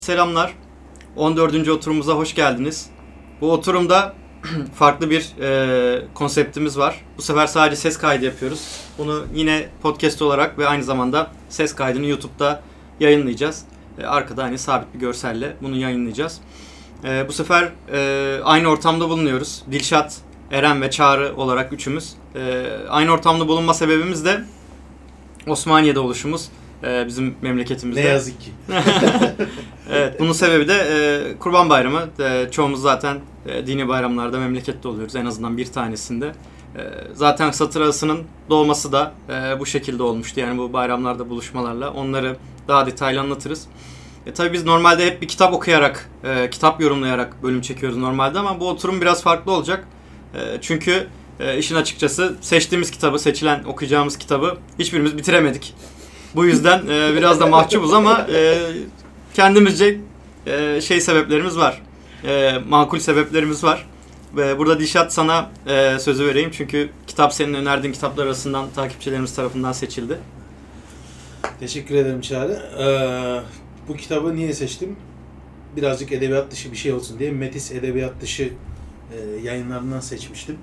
Selamlar. 14. oturumumuza hoş geldiniz. Bu oturumda farklı bir konseptimiz var. Bu sefer sadece ses kaydı yapıyoruz. Bunu yine podcast olarak ve aynı zamanda ses kaydını YouTube'da yayınlayacağız. Arkada hani sabit bir görselle bunu yayınlayacağız. Bu sefer aynı ortamda bulunuyoruz. Dilşat, Eren ve Çağrı olarak üçümüz. Aynı ortamda bulunma sebebimiz de Osmaniye'de oluşumuz. Bizim memleketimizde. Ne yazık ki. Evet, bunun sebebi de Kurban Bayramı. Çoğumuz zaten dini bayramlarda memlekette oluyoruz. En azından bir tanesinde. Zaten satır arasının doğması da bu şekilde olmuştu. Yani bu bayramlarda buluşmalarla. Onları daha detaylı anlatırız. Tabii biz normalde hep bir kitap okuyarak, kitap yorumlayarak bölüm çekiyoruz normalde ama bu oturum biraz farklı olacak. Çünkü işin açıkçası seçtiğimiz kitabı, seçilen okuyacağımız kitabı hiçbirimiz bitiremedik. Bu yüzden biraz da mahcubuz ama kendimizce sebeplerimiz var. Makul sebeplerimiz var. Ve burada Dilşat sana sözü vereyim. Çünkü kitap senin önerdiğin kitaplar arasından takipçilerimiz tarafından seçildi. Teşekkür ederim Çağrı. Bu kitabı niye seçtim? Birazcık edebiyat dışı bir şey olsun diye Metis Edebiyat Dışı yayınlarından seçmiştim.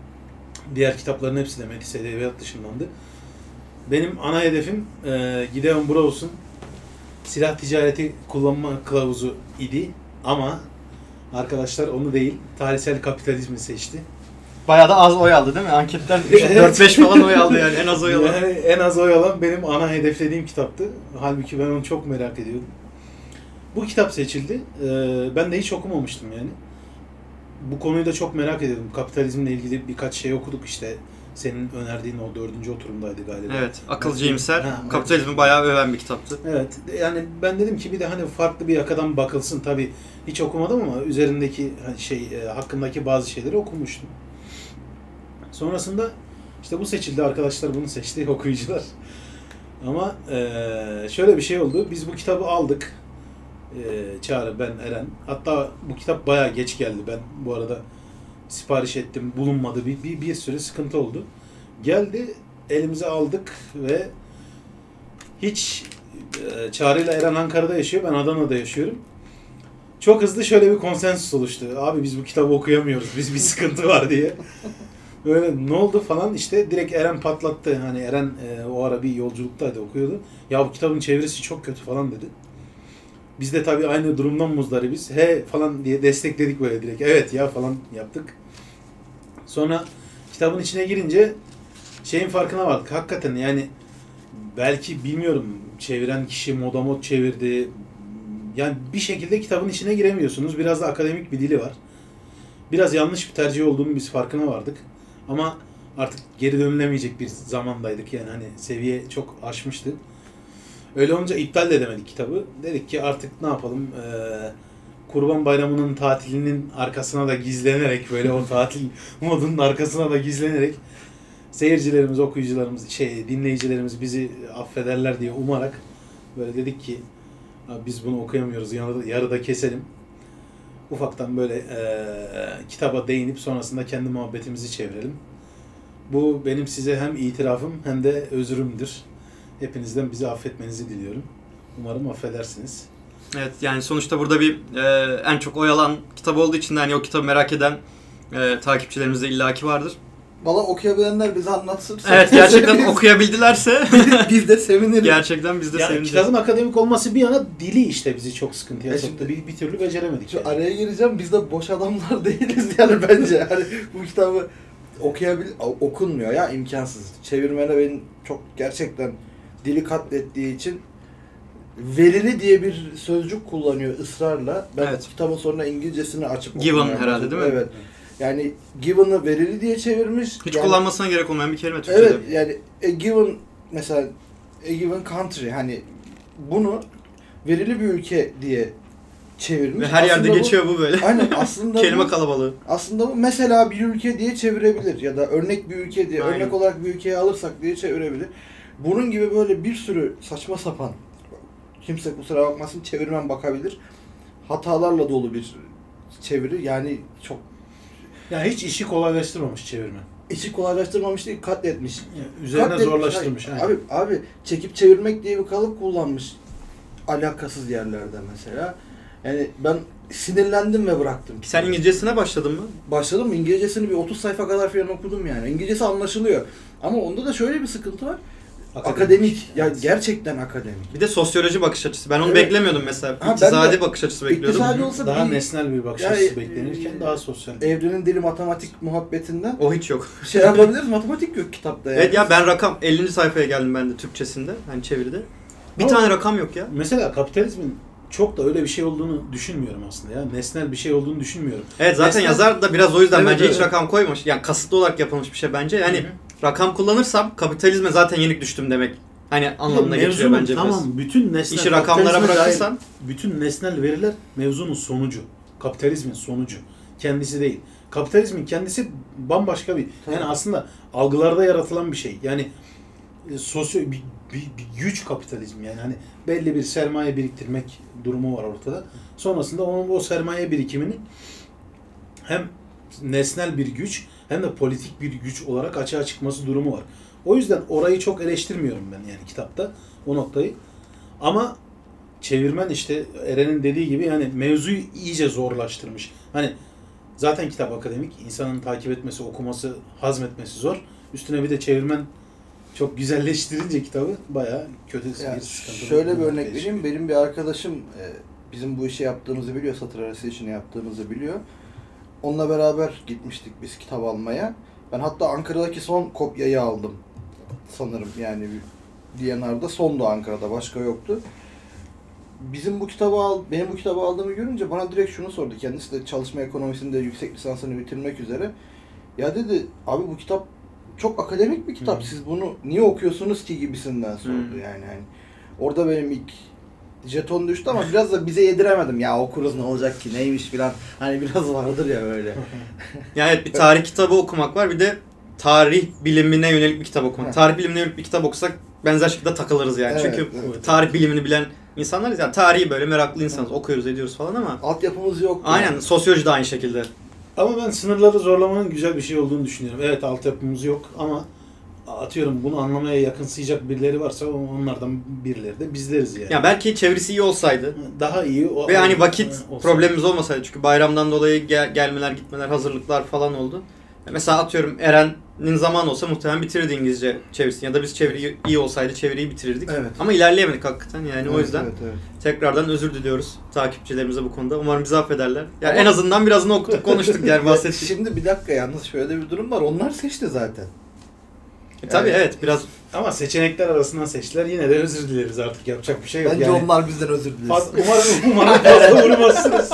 Diğer kitapların hepsi de Metis Edebiyat Dışındandı. Benim ana hedefim Gideon Brows'un silah ticareti kullanma kılavuzu idi ama arkadaşlar onu değil, tarihsel kapitalizmi seçti. Bayağı da az oy aldı değil mi? Anketten 4-5 falan oy aldı yani en az oy alan. Yani en az oy alan benim ana hedeflediğim kitaptı. Halbuki ben onu çok merak ediyordum. Bu kitap seçildi. Ben de hiç okumamıştım yani. Bu konuyu da çok merak ediyordum. Kapitalizmle ilgili birkaç şey okuduk işte. Senin önerdiğin o 4. oturumdaydı galiba. Evet, akılcı iyimser. Kapitalizmi bayağı öven bir kitaptı. Evet, yani ben dedim ki bir de hani farklı bir yakadan bakılsın. Tabii hiç okumadım ama üzerindeki hakkındaki bazı şeyleri okumuştum. Sonrasında işte bu seçildi, arkadaşlar bunu seçti, okuyucular. Ama şöyle bir şey oldu. Biz bu kitabı aldık. Çağrı, ben, Eren. Hatta bu kitap bayağı geç geldi. Ben bu arada sipariş ettim, bulunmadı. Bir sürü sıkıntı oldu. Geldi, elimize aldık ve hiç Çağrı ile Eren Ankara'da yaşıyor, ben Adana'da yaşıyorum. Çok hızlı şöyle bir konsensus oluştu. Abi biz bu kitabı okuyamıyoruz, biz bir sıkıntı var diye. Böyle ne oldu falan işte direkt Eren patlattı. Hani Eren o ara bir yolculuktaydı, okuyordu. Ya bu kitabın çevirisi çok kötü falan dedi. Biz de tabii aynı durumdan muzdaribiz. He falan diye destekledik böyle direkt. Evet ya falan yaptık. Sonra kitabın içine girince şeyin farkına vardık. Hakikaten yani belki bilmiyorum çeviren kişi modamot çevirdi. Yani bir şekilde kitabın içine giremiyorsunuz. Biraz da akademik bir dili var. Biraz yanlış bir tercih olduğunu biz farkına vardık. Ama artık geri dönülemeyecek bir zamandaydık. Yani hani seviye çok aşmıştı. Öyle olunca iptal de edemedik kitabı. Dedik ki artık ne yapalım? Kurban Bayramı'nın tatilinin arkasına da gizlenerek böyle o tatil modunun arkasına da gizlenerek seyircilerimiz, okuyucularımız, dinleyicilerimiz bizi affederler diye umarak böyle dedik ki biz bunu okuyamıyoruz. Yarıda keselim. Ufaktan böyle kitaba değinip sonrasında kendi muhabbetimizi çevirelim. Bu benim size hem itirafım hem de özrümdür. Hepinizden bizi affetmenizi diliyorum. Umarım affedersiniz. Evet, yani sonuçta burada bir en çok oy alan kitap olduğu için de hani o kitabı merak eden takipçilerimiz de illaki vardır. Valla okuyabilenler bize anlatsın. Evet, gerçekten okuyabildilerse biz de seviniriz. Gerçekten biz de seviniriz. Kitabın akademik olması bir yana, dili işte bizi çok sıkıntıya soktu. Bir türlü beceremedik. Şu araya gireceğim, biz de boş adamlar değiliz yani bence. Hani bu kitabı okunmuyor ya, imkansız. Çevirmene benim çok gerçekten dili katlettiği için verili diye bir sözcük kullanıyor ısrarla. Ben evet. Kitabın sonra İngilizcesini açıp Given herhalde değil mi? Evet. Yani given'ı verili diye çevirmiş. Hiç yani, kullanmasına gerek olmayan bir kelime Türkçe'de. Evet, yani a given mesela a given country, hani bunu verili bir ülke diye çevirmiş. Ve her yerde geçiyor bu böyle. Aynen, aslında kelime kalabalığı. Aslında bu mesela bir ülke diye çevirebilir ya da örnek bir ülke diye, aynen. Örnek olarak bir ülkeyi alırsak diye çevirebilir. Bunun gibi böyle bir sürü saçma sapan, kimse kusura bakmasın, çevirmen bakabilir, hatalarla dolu bir çeviri, yani çok. Yani hiç işi kolaylaştırmamış çevirmen. İşi kolaylaştırmamış değil, katletmiş. Yani üzerine zorlaştırmış. Abi çekip çevirmek diye bir kalıp kullanmış alakasız yerlerde mesela. Yani ben sinirlendim ve bıraktım. Sen İngilizcesine başladın mı? Başladım, İngilizcesini bir 30 sayfa kadar falan okudum yani. İngilizcesi anlaşılıyor. Ama onda da şöyle bir sıkıntı var. Akademik. Ya Evet. gerçekten akademik. Bir de sosyoloji bakış açısı. Ben onu Evet. beklemiyordum mesela. Ha, ben İktisadi de- bakış açısı bekliyordum. İktisadi olsa Daha bir- nesnel bir bakış Yani, açısı beklenirken daha sosyal. Evrenin dili matematik muhabbetinden O hiç yok. şey yapabiliriz. Matematik yok kitapta yani. Evet ya ben rakam 50. sayfaya geldim ben de Türkçesinde. Hani çeviride. Bir Ama- tane rakam yok ya. Mesela kapitalizmin çok da öyle bir şey olduğunu düşünmüyorum aslında ya. Nesnel bir şey olduğunu düşünmüyorum. Evet zaten Nesnel- yazar da biraz o yüzden Evet, bence evet. hiç rakam koymamış. Yani kasıtlı olarak yapılmış bir şey bence. Yani Hı hı. rakam kullanırsam kapitalizme zaten yenik düştüm demek. Hani anlamına getiriyor Mevzunun bence biraz. tamam bütün nesnel İşi rakamlara kapitalizme dair bırakırsan bütün nesnel veriler mevzunun sonucu. Kapitalizmin sonucu. Kendisi değil. Kapitalizmin kendisi bambaşka bir yani aslında algılarda yaratılan bir şey. Yani bir güç kapitalizm yani hani belli bir sermaye biriktirmek durumu var ortada. Sonrasında o sermaye birikimini hem nesnel bir güç hem de politik bir güç olarak açığa çıkması durumu var. O yüzden orayı çok eleştirmiyorum ben yani kitapta o noktayı. Ama çevirmen işte Eren'in dediği gibi yani mevzuyu iyice zorlaştırmış. Hani zaten kitap akademik, insanın takip etmesi, okuması, hazmetmesi zor. Üstüne bir de çevirmen çok güzelleştirince kitabı bayağı kötü Ya bir sıkıntı. şöyle bir örnek vereyim. Benim bir arkadaşım bizim bu işi yaptığımızı biliyor. Satır arası işini yaptığımızı biliyor. Onunla beraber gitmiştik biz kitap almaya. Ben hatta Ankara'daki son kopyayı aldım. Sanırım yani D&R'da sondu Ankara'da. Başka yoktu. Benim bu kitabı aldığımı görünce bana direkt şunu sordu. Kendisi de çalışma ekonomisinde yüksek lisansını bitirmek üzere. Ya dedi abi bu kitap çok akademik bir kitap. Siz bunu niye okuyorsunuz ki gibisinden sordu yani. Hani orada benim ilk jeton düştü ama biraz da bize yediremedim. Ya okuruz ne olacak ki neymiş filan. Hani biraz vardır ya böyle. yani evet, bir tarih kitabı okumak var. Bir de tarih bilimine yönelik bir kitap okumak. Tarih bilimine yönelik bir kitap okusak benzer şekilde takılırız yani. Evet, Çünkü evet. tarih bilimini bilen insanlarız. Yani tarihi böyle meraklı insanız. Okuyoruz, ediyoruz falan ama Altyapımız yok. aynen sosyoloji de aynı şekilde. Ama ben sınırları zorlamanın güzel bir şey olduğunu düşünüyorum. Evet altyapımız yok ama atıyorum bunu anlamaya yakınsayacak birileri varsa onlardan birileri de bizleriz yani. Ya belki çevirisi iyi olsaydı Daha iyi. ve hani vakit olsaydı. problemimiz olmasaydı. Çünkü bayramdan dolayı gelmeler, gitmeler, hazırlıklar falan oldu. Mesela atıyorum Eren'in zamanı olsa muhtemelen bitirirdi İngilizce çevirisini. Ya da biz çeviri iyi olsaydı çeviriyi bitirirdik. Evet. Ama ilerleyemedik hakikaten yani Evet, o yüzden. evet. Tekrardan özür diliyoruz takipçilerimize bu konuda. Umarım bizi affederler. Yani Ama- en azından birazını okuduk, konuştuk yani bahsettik. Şimdi bir dakika yalnız şöyle bir durum var. Onlar seçti zaten. Tabii Yani- evet biraz Ama seçenekler arasından seçtiler. Yine de özür dileriz artık. Yapacak bir şey yok. Bence yani. onlar bizden özür dilesin. Umarım fazla vurmazsınız.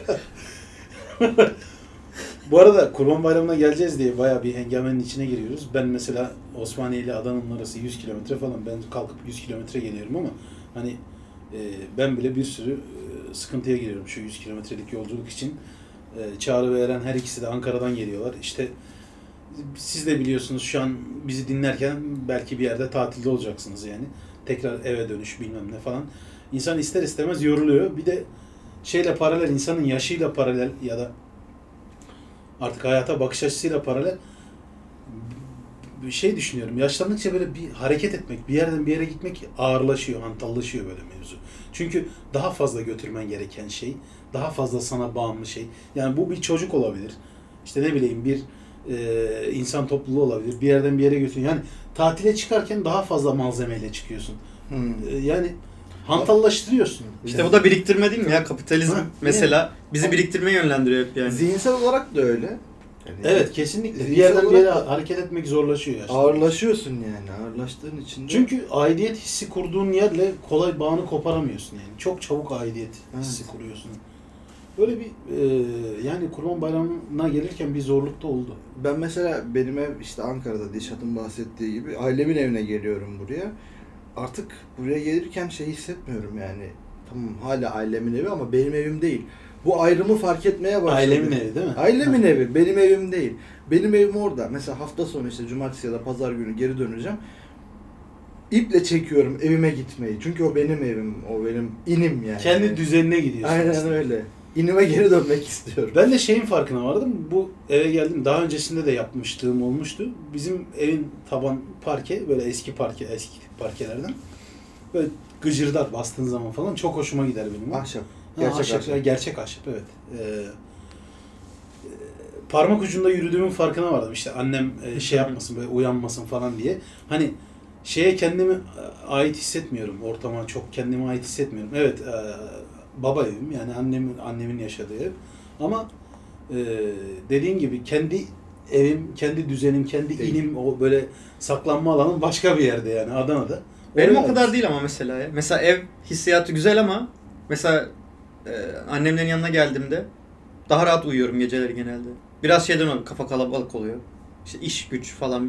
Bu arada Kurban Bayramı'na geleceğiz diye bayağı bir hengamenin içine giriyoruz. Ben mesela Osmaniye ile Adana'nın arası 100 kilometre falan. Ben kalkıp 100 kilometre geliyorum ama hani ben bile bir sürü sıkıntıya giriyorum şu 100 kilometrelik yolculuk için. Çağrı ve Eren her ikisi de Ankara'dan geliyorlar. İşte siz de biliyorsunuz şu an bizi dinlerken belki bir yerde tatilde olacaksınız yani. Tekrar eve dönüş bilmem ne falan. İnsan ister istemez yoruluyor. Bir de şeyle paralel, insanın yaşıyla paralel ya da artık hayata bakış açısıyla paralel bir şey düşünüyorum. Yaşlandıkça böyle bir hareket etmek, bir yerden bir yere gitmek ağırlaşıyor, hantallaşıyor böyle mevzu. Çünkü daha fazla götürmen gereken şey, daha fazla sana bağımlı şey. Yani bu bir çocuk olabilir. İşte ne bileyim bir insan topluluğu olabilir. Bir yerden bir yere götürüyor. Yani tatile çıkarken daha fazla malzemeyle çıkıyorsun. Yani hantallaştırıyorsun. işte bu da biriktirme değil mi ya kapitalizm Ha, mesela bizi biriktirmeye yönlendiriyor hep yani. Zihinsel olarak da öyle. Yani Evet kesinlikle. Bir zihinsel yerden bir yere olarak da hareket etmek zorlaşıyor. yaşlandıkça. ağırlaşıyorsun yani. Ağırlaştığın için de. Çünkü aidiyet hissi kurduğun yerle kolay bağını koparamıyorsun yani. Çok çabuk aidiyet hissi Evet. kuruyorsun. Böyle bir yani Kurban Bayramı'na gelirken bir zorluk da oldu. Ben mesela benim ev işte Ankara'da Dişat'ın bahsettiği gibi ailemin evine geliyorum buraya. Artık buraya gelirken şey hissetmiyorum yani. Tamam hala ailemin evi ama benim evim değil. Bu ayrımı fark etmeye başladım. Ailemin evi değil mi? Ailemin evi, benim evim değil. Benim evim orada. Mesela hafta sonu işte cumartesi ya da pazar günü geri döneceğim. İple çekiyorum evime gitmeyi. Çünkü o benim evim, o benim inim yani. Kendi düzenine gidiyorsun. Aynen aslında. öyle. İnime geri dönmek istiyorum. Ben de şeyin farkına vardım. Bu eve geldim. Daha öncesinde de yapmışlığım olmuştu. Bizim evin taban parke böyle eski parkelerden. Böyle gıcırdar bastığın zaman falan çok hoşuma gider benim. Ahşap. Gerçek ahşap, evet. Parmak ucunda yürüdüğümün farkına vardım. İşte annem şey yapmasın, böyle uyanmasın falan diye. Hani şeye kendimi ait hissetmiyorum. Ortama çok kendime ait hissetmiyorum. Evet, baba evim, yani annemin yaşadığı ev. Ama dediğin gibi kendi evim, kendi düzenim, kendi inim, o böyle saklanma alanım başka bir yerde, yani Adana'da. Benim o kadar değil ama mesela ya. Mesela ev hissiyatı güzel ama mesela annemlerin yanına geldiğimde daha rahat uyuyorum geceleri genelde. Biraz şeyden oluyor, kafa kalabalık oluyor. İşte iş, güç falan.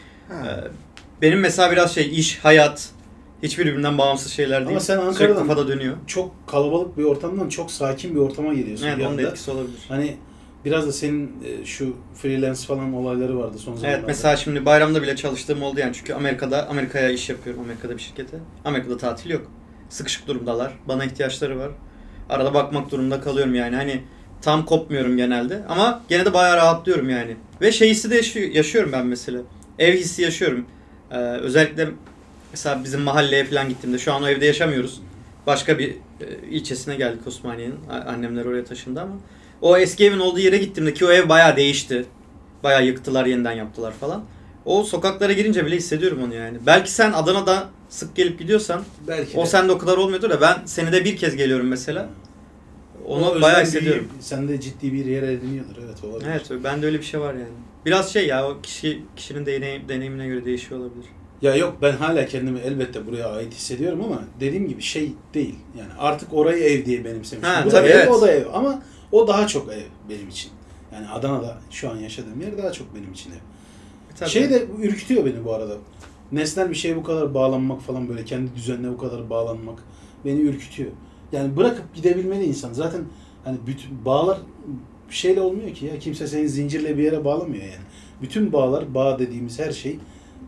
Benim mesela biraz iş, hayat hiçbir birbirinden bağımsız şeyler değil. Ama sen Sürekli Ankara'dan kafada dönüyor. çok kalabalık bir ortamdan çok sakin bir ortama geliyorsun. Evet, bir onun anda. da etkisi olabilir. Hani biraz da senin şu freelance falan olayları vardı son zamanlarda. Evet, mesela şimdi bayramda bile çalıştığım oldu yani, çünkü Amerika'ya iş yapıyorum, Amerika'da bir şirkete. Amerika'da tatil yok. Sıkışık durumdalar. Bana ihtiyaçları var. Arada bakmak durumunda kalıyorum yani. Hani tam kopmuyorum genelde ama gene de bayağı rahatlıyorum yani. Ve hissi de yaşıyorum ben mesela. Ev hissi yaşıyorum. Özellikle mesela bizim mahalleye falan gittiğimde, şu an o evde yaşamıyoruz. Başka bir ilçesine geldik Osmaniye'nin. Annemler oraya taşındı ama o eski evin olduğu yere gittiğimde, ki o ev bayağı değişti. Bayağı yıktılar, yeniden yaptılar falan. O sokaklara girince bile hissediyorum onu yani. Belki sen Adana'da sık gelip gidiyorsan belki o sende o kadar olmuyordur da ben senede bir kez geliyorum mesela. Onu bayağı hissediyorum. Sen de ciddi bir yer ediniyordur, evet, olabilir. Evet, bende öyle bir şey var yani. Biraz ya, o kişinin deneyimine göre değişiyor olabilir. Ya yok, ben hala kendimi elbette buraya ait hissediyorum ama dediğim gibi değil. Yani artık orayı ev diye benimsemişim. Bu tabii, ev, evet. o da ev ama o daha çok ev benim için. Yani Adana'da şu an yaşadığım yer daha çok benim için ev. Tabii. De ürkütüyor beni bu arada. Nesnel bir şeye bu kadar bağlanmak falan, böyle kendi düzenine bu kadar bağlanmak beni ürkütüyor. Yani bırakıp gidebilmeli insan. Zaten hani bütün bağlar şeyle olmuyor ki ya. Kimse seni zincirle bir yere bağlamıyor yani. Bütün bağ dediğimiz her şey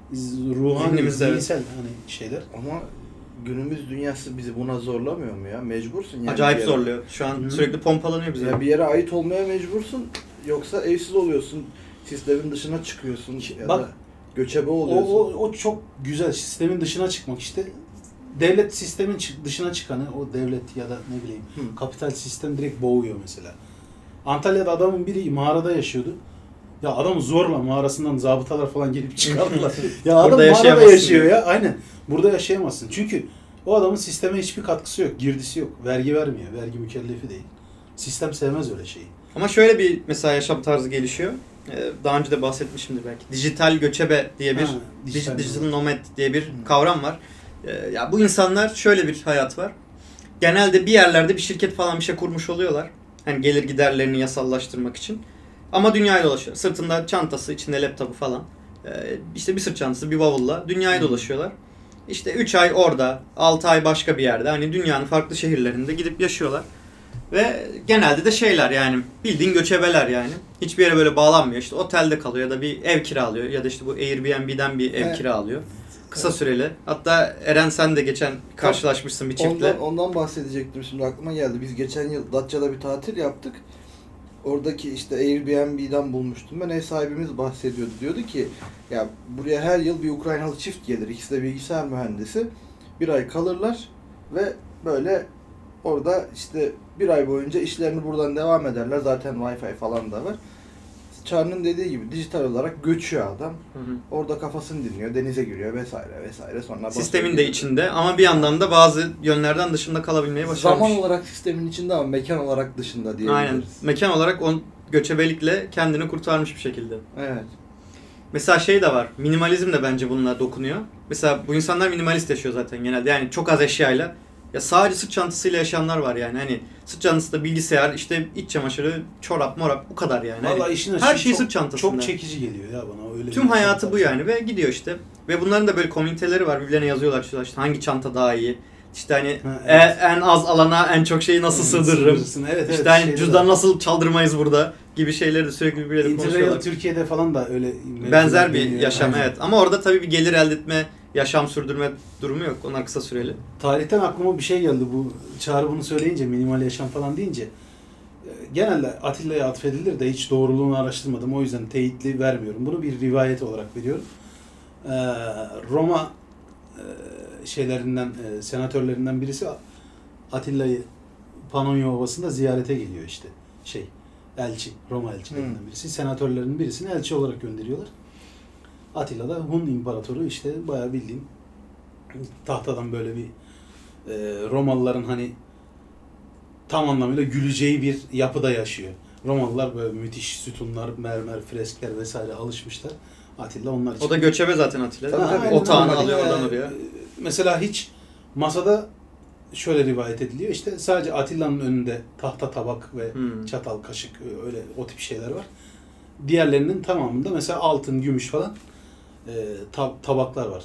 ruhani, zihinsel hani şeyler. Ama günümüz dünyası bizi buna zorlamıyor mu ya? Mecbursun yani. Acayip zorluyor. Şu an sürekli pompalanıyor bize. Ya bir yere ait olmaya mecbursun. Yoksa evsiz oluyorsun. Sistemin dışına çıkıyorsun. Bak, ya da göçebe oluyorsun. O çok güzel. Sistemin dışına çıkmak işte. Devlet sistemin dışına çıkanı, o devlet ya da ne bileyim kapital sistem direkt boğuyor mesela. Antalya'da adamın biri mağarada yaşıyordu. Ya adamı zorla mağarasından zabıtalar falan gelip çıkardılar. Ya adam mağarada yaşıyor ya. Aynen. Burada yaşayamazsın. Çünkü o adamın sisteme hiçbir katkısı yok, girdisi yok. Vergi vermiyor. Vergi mükellefi değil. Sistem sevmez öyle şeyi. Ama şöyle bir mesela yaşam tarzı gelişiyor. Daha önce de bahsetmişimdir belki. Dijital göçebe diye bir, digital nomad diye bir kavram var. Ya bu insanlar şöyle bir hayat var. Genelde bir yerlerde bir şirket falan bir şey kurmuş oluyorlar. Hani gelir giderlerini yasallaştırmak için. Ama dünyayı dolaşıyor. Sırtında çantası, içinde laptopu falan. İşte bir sırt çantası, bir bavulla dünyayı dolaşıyorlar. İşte 3 ay orada, 6 ay başka bir yerde. Hani dünyanın farklı şehirlerinde gidip yaşıyorlar. Ve genelde de yani bildiğin göçebeler yani. Hiçbir yere böyle bağlanmıyor. İşte otelde kalıyor ya da bir ev kiralıyor. Ya da işte bu Airbnb'den bir ev kiralıyor. Kısa süreli. Hatta Eren, sen de geçen karşılaşmışsın bir çiftle. Ondan bahsedecektim, şimdi aklıma geldi. Biz geçen yıl Datça'da bir tatil yaptık. Oradaki işte Airbnb'den bulmuştum ben. Ev sahibimiz bahsediyordu. Diyordu ki ya buraya her yıl bir Ukraynalı çift gelir. İkisi de bilgisayar mühendisi. Bir ay kalırlar ve böyle orada işte bir ay boyunca işlerini buradan devam ederler. Zaten Wi-Fi falan da var. Çağrı'nın dediği gibi dijital olarak göçüyor adam. Orada kafasını dinliyor, denize giriyor vesaire. Sonra sistemin de içinde ama bir yandan da bazı yönlerden dışında kalabilmeyi başarmış. Zaman olarak sistemin içinde ama mekan olarak dışında diyebiliriz. Aynen. Mekan olarak göçebelikle kendini kurtarmış bir şekilde. Evet. Mesela de var. Minimalizm de bence bununla dokunuyor. Mesela bu insanlar minimalist yaşıyor zaten genelde. Yani çok az eşyayla. Ya sadece sırt çantasıyla yaşayanlar var yani. Hani sırt çantası da bilgisayar, işte iç çamaşırı, çorap, morap, bu kadar yani. Vallahi hani işin her şey sırt çantasında. Çok çekici geliyor ya bana öyle. Tüm hayatı bu yani ve gidiyor işte. Ve bunların da böyle komüniteleri var. Birbirlerine yazıyorlar işte hangi çanta daha iyi. İşte hani evet. En az alana en çok şeyi nasıl sığdırırım. Evet, işte hani cüzdan nasıl çaldırmayız burada gibi şeyleri de sürekli birbirleriyle konuşuyorlar. Interrail Türkiye'de falan da öyle benzer bir yaşam, evet. Ama orada tabii bir gelir elde etme, yaşam sürdürme durumu yok. Onlar kısa süreli. Tarihten aklıma bir şey geldi bu. Çağrı bunu söyleyince, minimal yaşam falan deyince. Genelde Atilla'ya atfedilir de hiç doğruluğunu araştırmadım. O yüzden teyitli vermiyorum. Bunu bir rivayet olarak veriyorum. Roma senatörlerinden birisi Atilla'yı Panonya Ovası'nda ziyarete geliyor işte. Elçi, Roma elçilerinden birisi. Senatörlerin birisini elçi olarak gönderiyorlar. Atilla da Hun İmparatoru işte bayağı bildiğin tahtadan böyle bir Romalıların hani tam anlamıyla güleceği bir yapıda yaşıyor. Romalılar böyle müthiş sütunlar, mermer, freskler vesaire alışmışlar. Atilla onlar için. O da göçebe zaten Atilla. Tabii, Otağını aynen. alıyor oradan oraya. Mesela hiç masada şöyle rivayet ediliyor. İşte sadece Atilla'nın önünde tahta tabak ve çatal, kaşık öyle o tip şeyler var. Diğerlerinin tamamında mesela altın, gümüş falan tabaklar var.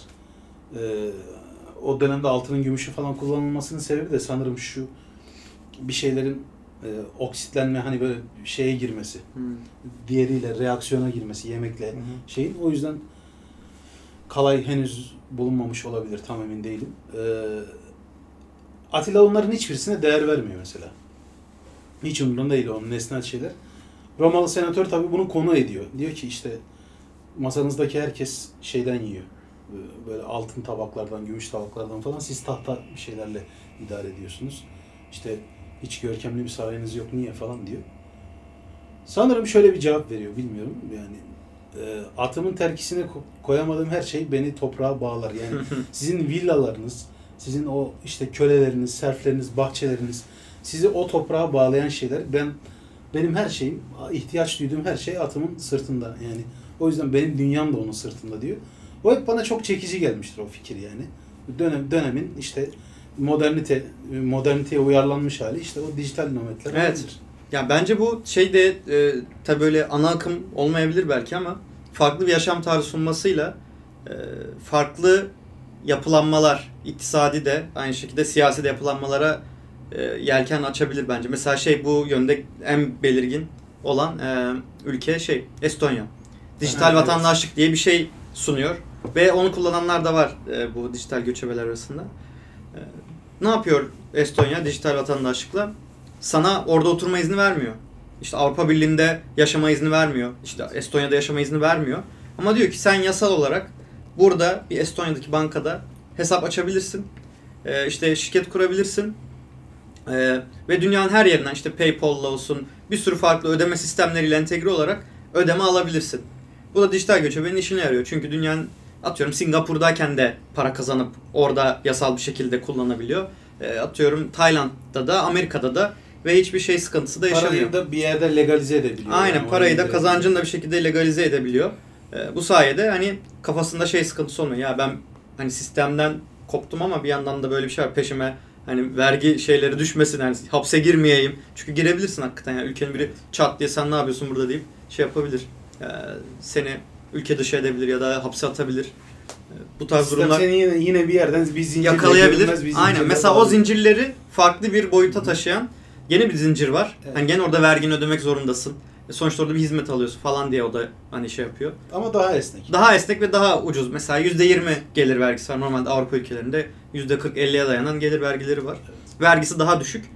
O dönemde altının, gümüşü falan kullanılmasının sebebi de sanırım şu bir şeylerin oksitlenme hani böyle şeye girmesi. Diğeriyle reaksiyona girmesi yemekle şeyin. O yüzden kalay henüz bulunmamış olabilir. Tam emin değilim. Atilla onların hiçbirisine değer vermiyor mesela. Hiç umurunda değil onun nesnel şeyler. Romalı senatör tabii bunu konu ediyor. Diyor ki işte masanızdaki herkes şeyden yiyor. Böyle altın tabaklardan, gümüş tabaklardan falan. Siz tahta bir şeylerle idare ediyorsunuz. İşte hiç görkemli bir sarayınız yok niye falan diyor. Sanırım şöyle bir cevap veriyor bilmiyorum. Yani atımın terkisine koyamadığım her şey beni toprağa bağlar. Yani sizin villalarınız, sizin o işte köleleriniz, serfleriniz, bahçeleriniz, sizi o toprağa bağlayan şeyler benim her şeyim, ihtiyaç duyduğum her şey atımın sırtında. Yani o yüzden benim dünyam da onun sırtında diyor. O hep bana çok çekici gelmiştir o fikir yani. Dönemin işte moderniteye uyarlanmış hali işte o dijital nomadler. Evet. olabilir. Ya bence bu şey de tabii böyle ana akım olmayabilir belki ama farklı bir yaşam tarzı sunmasıyla farklı yapılanmalar, iktisadi de aynı şekilde siyasi de yapılanmalara yelken açabilir bence. Mesela bu yönde en belirgin olan ülke Estonya. Dijital Evet. vatandaşlık diye bir şey sunuyor ve onu kullananlar da var bu dijital göçebeler arasında. Ne yapıyor Estonya dijital vatandaşlıkla? Sana orada oturma izni vermiyor. İşte Avrupa Birliği'nde yaşama izni vermiyor. İşte Estonya'da yaşama izni vermiyor. Ama diyor ki sen yasal olarak burada bir Estonya'daki bankada hesap açabilirsin. İşte şirket kurabilirsin. Ve dünyanın her yerinden işte PayPal'la olsun bir sürü farklı ödeme sistemleriyle entegre olarak ödeme alabilirsin. Bu da dijital göçebenin işine yarıyor. Çünkü dünyanın atıyorum Singapur'dayken de para kazanıp orada yasal bir şekilde kullanabiliyor. Atıyorum Tayland'da da Amerika'da da ve hiçbir sıkıntısı da yaşamıyor. Parayı da bir yerde legalize edebiliyor. Aynen yani parayı da kazancını da bir şekilde legalize edebiliyor. Bu sayede hani kafasında sıkıntısı olmuyor. Ya ben hani sistemden koptum ama bir yandan da böyle bir şey var peşime hani vergi şeyleri düşmesin hani hapse girmeyeyim. Çünkü girebilirsin hakikaten yani ülkenin biri çat diye sen ne yapıyorsun burada deyip yapabilir. Seni ülke dışı edebilir ya da hapse atabilir. Bu tarz durumlar seni yine bir yerden bir zincirle yakalayabilir. Aynen. Mesela o zincirleri farklı bir boyuta taşıyan yeni bir zincir var. Evet. Hani gene orada vergini ödemek zorundasın. Sonuçta orada bir hizmet alıyorsun falan diye o da hani yapıyor. Ama daha esnek. Daha esnek ve daha ucuz. Mesela %20 gelir vergisi var. Normalde Avrupa ülkelerinde %40-50'ye dayanan gelir vergileri var. Evet. Vergisi daha düşük.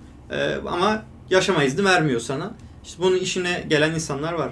Ama yaşama izni vermiyor sana. İşte bunun işine gelen insanlar var.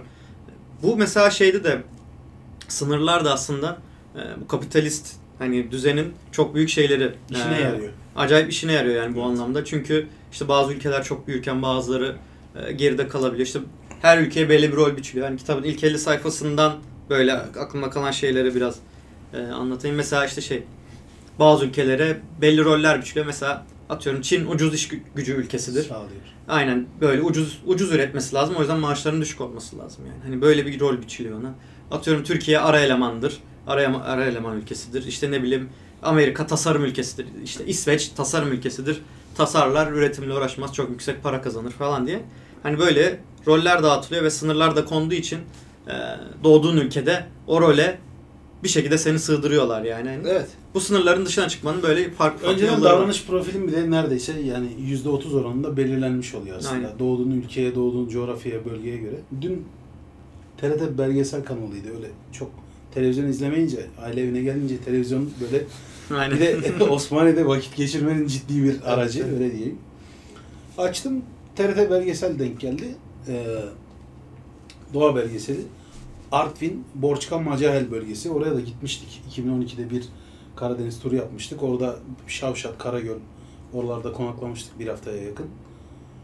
Bu mesela de sınırlar da aslında bu kapitalist hani düzenin çok büyük şeyleri İşine yarıyor. Acayip işine yarıyor yani bu anlamda. Çünkü işte bazı ülkeler çok büyürken bazıları geride kalabiliyor. İşte her ülkeye belli bir rol biçiliyor. Yani kitabın ilk 50 sayfasından böyle aklıma kalan şeyleri biraz anlatayım. Mesela işte bazı ülkelere belli roller biçiliyor. Mesela atıyorum Çin ucuz iş gücü ülkesidir. Sağlıyor. Aynen böyle ucuz üretmesi lazım. O yüzden maaşların düşük olması lazım yani. Hani böyle bir rol biçiliyor ona. Atıyorum Türkiye ara elemandır. Ara eleman ülkesidir. İşte ne bileyim Amerika tasarım ülkesidir. İşte İsveç tasarım ülkesidir. Tasarlar, üretimle uğraşmaz, çok yüksek para kazanır falan diye. Hani böyle roller dağıtılıyor ve sınırlar da konduğu için doğduğun ülkede o role bir şekilde seni sığdırıyorlar yani. Evet. Bu sınırların dışına çıkmanın böyle farklı Önceden yolları var. davranış profilin bile neredeyse yani %30 oranında belirlenmiş oluyor aslında. Aynen. Doğduğun ülkeye, doğduğun coğrafyaya, bölgeye göre. Dün TRT belgesel kanalıydı öyle çok televizyon izlemeyince, aile evine gelince televizyon böyle Aynen. bir de Osmaniye'de vakit geçirmenin ciddi bir aracı öyle diyeyim. Açtım TRT belgesel denk geldi. Doğa belgeseli. Artvin, Borçka Macahel bölgesi. Oraya da gitmiştik. 2012'de bir Karadeniz turu yapmıştık. Orada Şavşat, Karagöl oralarda konaklamıştık bir haftaya yakın.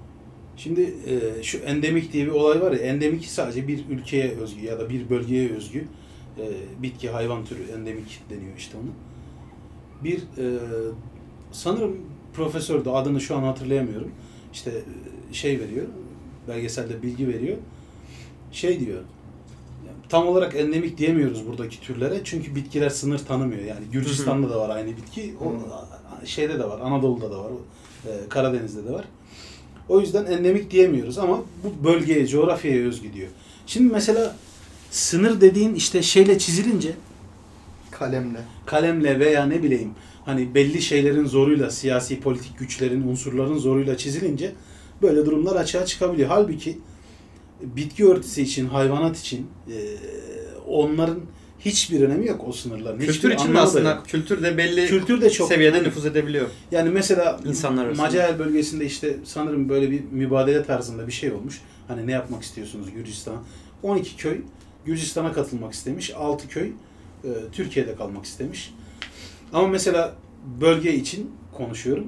Şimdi şu endemik diye bir olay var ya, endemik sadece bir ülkeye özgü ya da bir bölgeye özgü bitki, hayvan türü endemik deniyor işte onu. Bir sanırım profesör de adını şu an hatırlayamıyorum. İşte şey veriyor, belgeselde bilgi veriyor. Şey diyor, tam olarak endemik diyemiyoruz buradaki türlere çünkü bitkiler sınır tanımıyor. Yani Gürcistan'da da var aynı bitki, o şeyde de var, Anadolu'da da var, Karadeniz'de de var. O yüzden endemik diyemiyoruz ama bu bölgeye, coğrafyaya özgü diyor. Şimdi mesela sınır dediğin işte şeyle çizilince, kalemle veya ne bileyim hani belli şeylerin zoruyla, siyasi politik güçlerin, unsurların zoruyla çizilince böyle durumlar açığa çıkabiliyor. Halbuki bitki örtüsü için, hayvanat için onların hiçbir önemi yok o sınırların. Kültür için de aslında kültür de belli kültür de çok seviyede nüfuz edebiliyor. Yani mesela insanlar arasında. Macael bölgesinde işte sanırım böyle bir mübadele tarzında bir şey olmuş. Hani ne yapmak istiyorsunuz Gürcistan'a? 12 köy Gürcistan'a katılmak istemiş. 6 köy Türkiye'de kalmak istemiş. Ama mesela bölge için konuşuyorum.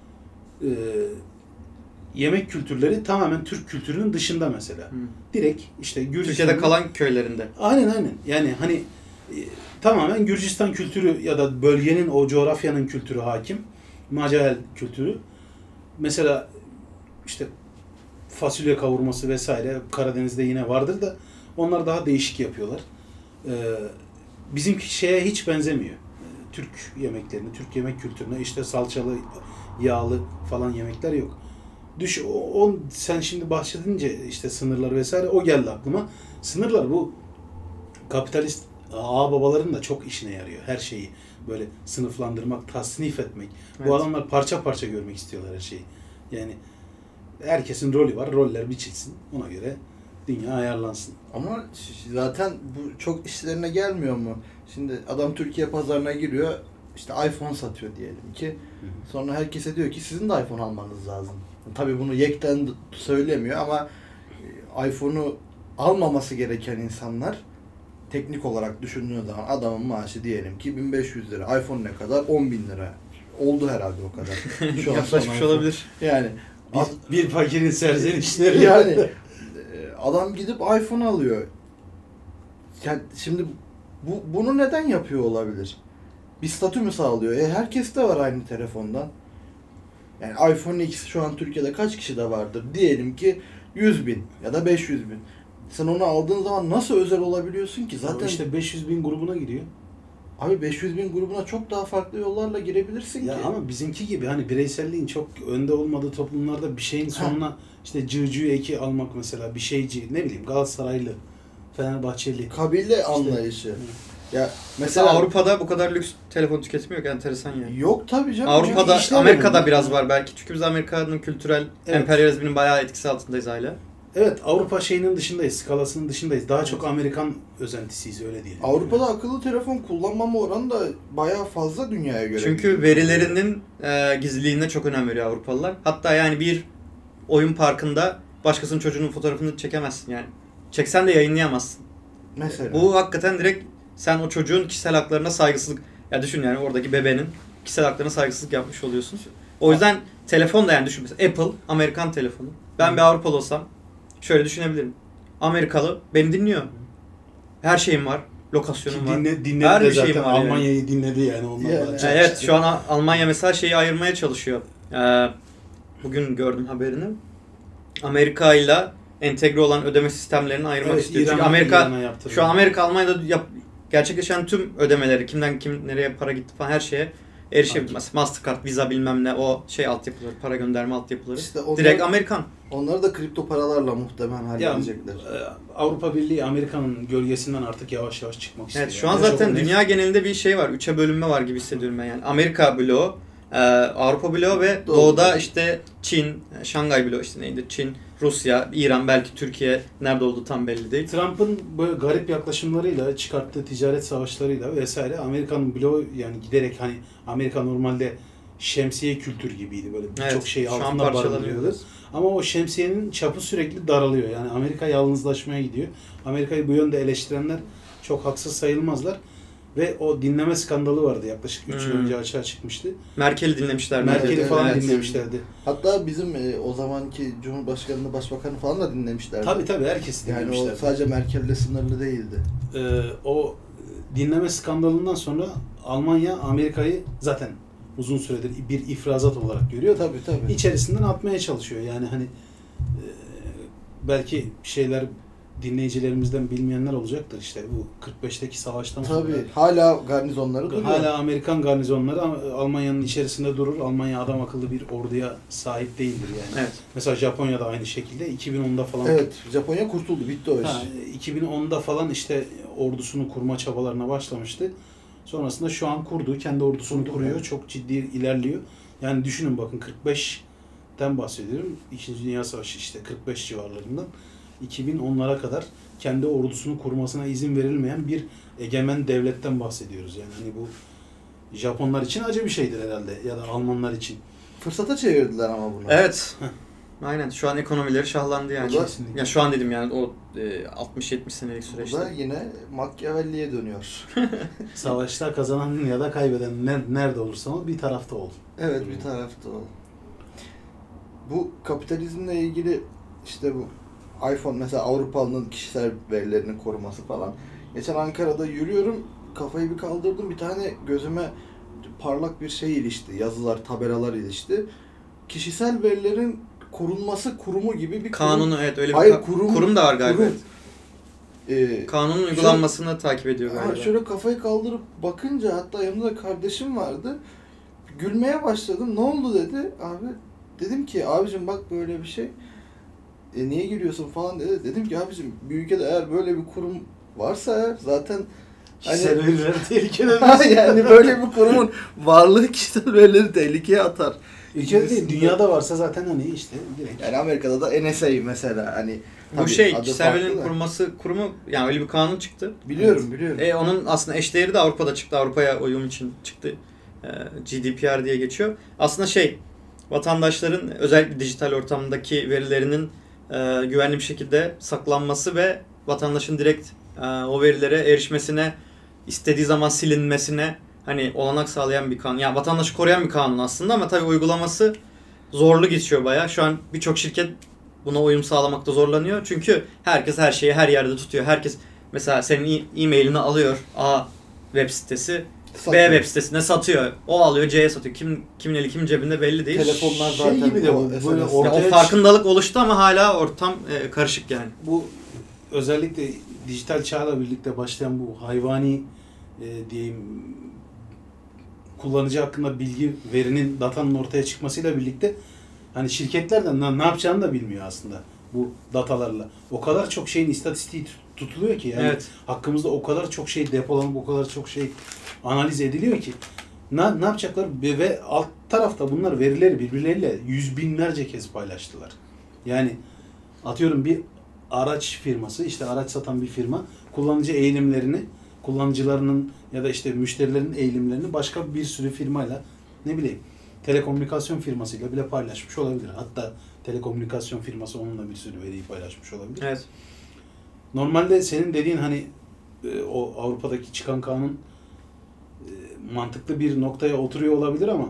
Yemek kültürleri tamamen Türk kültürünün dışında mesela. Direkt işte Türkiye'de kalan köylerinde. Aynen. Yani hani tamamen Gürcistan kültürü ya da bölgenin, o coğrafyanın kültürü hakim. Macael kültürü. Mesela işte fasulye kavurması vesaire Karadeniz'de yine vardır da onlar daha değişik yapıyorlar. Bizimki şeye hiç benzemiyor. Türk yemeklerini, Türk yemek kültürüne işte salçalı, yağlı falan yemekler yok. Sen şimdi bahsedince işte sınırlar vesaire o geldi aklıma. Sınırlar bu kapitalist ağababaların da çok işine yarıyor. Her şeyi böyle sınıflandırmak, tasnif etmek. Evet. Bu adamlar parça parça görmek istiyorlar her şeyi. Yani herkesin rolü var. Roller biçilsin. Ona göre dünya ayarlansın. Ama zaten bu çok işlerine gelmiyor mu? Şimdi adam Türkiye pazarına giriyor. İşte iPhone satıyor diyelim ki. Sonra herkese diyor ki sizin de iPhone almanız lazım. Tabii bunu yekten söylemiyor ama iPhone'u almaması gereken insanlar teknik olarak düşündüğü zaman adamın maaşı diyelim ki 1500 lira. iPhone ne kadar? 10.000 lira. Oldu herhalde o kadar. Şu an yaklaşmış olabilir. Yani bir fakirin serzenişleri. Yani adam gidip iPhone alıyor. Yani şimdi bunu neden yapıyor olabilir? Bir statü mü sağlıyor? Herkes de var aynı telefondan. Yani iPhone X şu an Türkiye'de kaç kişi de vardır? Diyelim ki 100.000 ya da 500.000. Sen onu aldığın zaman nasıl özel olabiliyorsun ki? Zaten işte 500.000 grubuna giriyor. Abi 500.000 grubuna çok daha farklı yollarla girebilirsin ya ki. Ama bizimki gibi hani bireyselliğin çok önde olmadığı toplumlarda bir şeyin sonuna işte cığcı eki almak mesela bir şeyci ne bileyim Galatasaraylı, Fenerbahçeli. Kabile anlayışı. Ya mesela Avrupa'da bu kadar lüks telefon tüketimi yok, enteresan yani. Yok tabii canım. Avrupa'da, Amerika'da biraz var belki. Çünkü biz Amerika'nın kültürel emperyalizminin bayağı etkisi altındayız hala. Evet, Avrupa şeyinin dışındayız, skalasının dışındayız. Daha çok Amerikan özentisiyiz, öyle diyelim. Avrupa'da akıllı telefon kullanmama oranı da bayağı fazla dünyaya göre. Çünkü verilerinin gizliliğine çok önem veriyor Avrupalılar. Hatta yani bir oyun parkında başkasının çocuğunun fotoğrafını çekemezsin yani. Çeksen de yayınlayamazsın. Mesela. Bu hakikaten direkt sen o çocuğun kişisel haklarına saygısızlık, ya düşün yani oradaki bebenin kişisel haklarına saygısızlık yapmış oluyorsun. O yüzden telefon da yani düşün mesela Apple, Amerikan telefonu. Ben bir Avrupalı olsam şöyle düşünebilirim. Amerikalı beni dinliyor. Her şeyim var. Lokasyonum var. Dinledi her de bir şeyim var. Almanya'yı yani. Dinledi yani onlar. Yani. Evet, şu an Almanya mesela şeyi ayırmaya çalışıyor. Bugün gördüm haberini. Amerika ile entegre olan ödeme sistemlerini ayırmak istiyor. Çünkü Amerika şu an Almanya'da gerçekleşen tüm ödemeleri, kimden nereye para gitti falan her şeye erişebilmez. Mastercard, Visa bilmem ne o şey altyapıları, para gönderme altyapıları. İşte direkt Amerikan. Onları da kripto paralarla muhtemelen halledecekler. Avrupa Birliği Amerika'nın gölgesinden artık yavaş yavaş çıkmak istiyor. Evet, şu an zaten dünya genelinde bir şey var. 3'e bölünme var gibi hissediyorum ben yani. Amerika bloğu, Avrupa bloğu ve doğuda işte Çin, Şangay bloğu işte neydi? Çin, Rusya, İran, belki Türkiye nerede olduğu tam belli değil. Trump'ın böyle garip yaklaşımlarıyla, çıkarttığı ticaret savaşlarıyla vesaire Amerika'nın bloğu yani giderek hani Amerika normalde şemsiye kültür gibiydi böyle birçok şey altında barındırıyordu. Ama o şemsiyenin çapı sürekli daralıyor. Yani Amerika yalnızlaşmaya gidiyor. Amerika'yı bu yönde eleştirenler çok haksız sayılmazlar. Ve o dinleme skandalı vardı, yaklaşık 3 yıl Hmm. önce açığa çıkmıştı. Merkel'i dinlemişler. Merkel'i Evet, falan evet. dinlemişlerdi. Hatta bizim o zamanki Cumhurbaşkanı'nı, Başbakanı falan da dinlemişlerdi. Tabii herkesi Yani o dinlemişlerdi. sadece Merkel'le sınırlı değildi. O dinleme skandalından sonra Almanya Amerika'yı zaten uzun süredir bir ifrazat olarak görüyor. Tabii. İçerisinden atmaya çalışıyor. Yani hani belki şeyler dinleyicilerimizden bilmeyenler olacaktır. İşte bu 45'teki savaştan sonra Tabii. Hala garnizonları duruyor. hala Amerikan garnizonları Almanya'nın içerisinde durur. Almanya adam akıllı bir orduya sahip değildir yani. Evet. Mesela Japonya'da aynı şekilde 2010'da falan. Evet. Japonya kurtuldu. Bitti o iş. 2010'da falan işte ordusunu kurma çabalarına başlamıştı. Sonrasında şu an kurdu. Kendi ordusunu kuruyor. Çok ciddi ilerliyor. Yani düşünün bakın 45'ten bahsediyorum. İkinci Dünya Savaşı işte 45 civarlarından 2010'lara kadar kendi ordusunu kurmasına izin verilmeyen bir egemen devletten bahsediyoruz. Yani hani bu Japonlar için acı bir şeydir herhalde ya da Almanlar için. Fırsata çevirdiler ama bunu. Evet. Aynen. Şu an ekonomileri şahlandı yani. Bu da- Kesinlikle. Ya şu an dedim yani o 60-70 senelik Bu süreçte. da yine Machiavelli'ye dönüyor. Savaşta kazanan ya da kaybeden nerede olursa ol bir tarafta ol. Evet, bir tarafta o. Bu kapitalizmle ilgili işte bu iPhone mesela Avrupalı'nın kişisel verilerini koruması falan. Geçen Ankara'da yürüyorum, kafayı bir kaldırdım, bir tane gözüme parlak bir şey ilişti. Yazılar, tabelalar ilişti. Kişisel verilerin korunması kurumu gibi bir Kanunu evet öyle bir Hayır, kurum- kurum da var galiba. kurum. Kanunun uygulanmasını takip ediyor galiba. Şöyle kafayı kaldırıp bakınca, hatta yanımda kardeşim vardı. Gülmeye başladım. Ne oldu dedi. Abi dedim ki abicim bak böyle bir şey. Niye gülüyorsun falan dedi. Dedim ki abicim bir ülkede eğer böyle bir kurum varsa eğer zaten Kişisel veriler tehlikede. yani böyle bir kurumun varlığı kişisel verileri tehlikeye atar. Ülkede değil, dünyada varsa zaten hani işte direkt. Yani Amerika'da da NSA mesela hani Bu tabii şey adı kişisel farklı verilerin da. kurulması kurumu yani öyle bir kanun çıktı. Biliyorum. Onun aslında eşdeğeri de Avrupa'da çıktı. Avrupa'ya uyum için çıktı. GDPR diye geçiyor. Aslında vatandaşların özellikle dijital ortamdaki verilerinin güvenli bir şekilde saklanması ve vatandaşın direkt o verilere erişmesine, istediği zaman silinmesine hani olanak sağlayan bir kanun. Yani vatandaşı koruyan bir kanun aslında ama tabii uygulaması zorlu geçiyor bayağı. Şu an birçok şirket buna uyum sağlamakta zorlanıyor. Çünkü herkes her şeyi her yerde tutuyor. Herkes mesela senin e-mailini alıyor A web sitesi, Satıyor. B web sitesine satıyor. O alıyor C'ye satıyor. Kimin eli kimin cebinde belli değil. Telefonlar Şey zaten gibi de o bu, SMS. böyle Ya ortaya o farkındalık oluştu ama hala ortam karışık yani. bu özellikle dijital çağla birlikte başlayan bu hayvani diyeyim kullanıcı hakkında bilgi verinin datanın ortaya çıkmasıyla birlikte hani şirketler de ne yapacağını da bilmiyor aslında bu datalarla. O kadar çok şeyin istatistiği tutuluyor ki yani Evet. hakkımızda o kadar çok şey depolanıp o kadar çok şey analiz ediliyor ki ne yapacaklar ve alt tarafta bunlar verileri birbirleriyle yüz binlerce kez paylaştılar. Yani atıyorum bir araç firması, işte araç satan bir firma kullanıcı eğilimlerini, kullanıcılarının ya da işte müşterilerin eğilimlerini başka bir sürü firmayla ne bileyim telekomünikasyon firmasıyla bile paylaşmış olabilir. Hatta telekomünikasyon firması onunla bir sürü veriyi paylaşmış olabilir. Evet. Normalde senin dediğin hani o Avrupa'daki çıkan kanun mantıklı bir noktaya oturuyor olabilir ama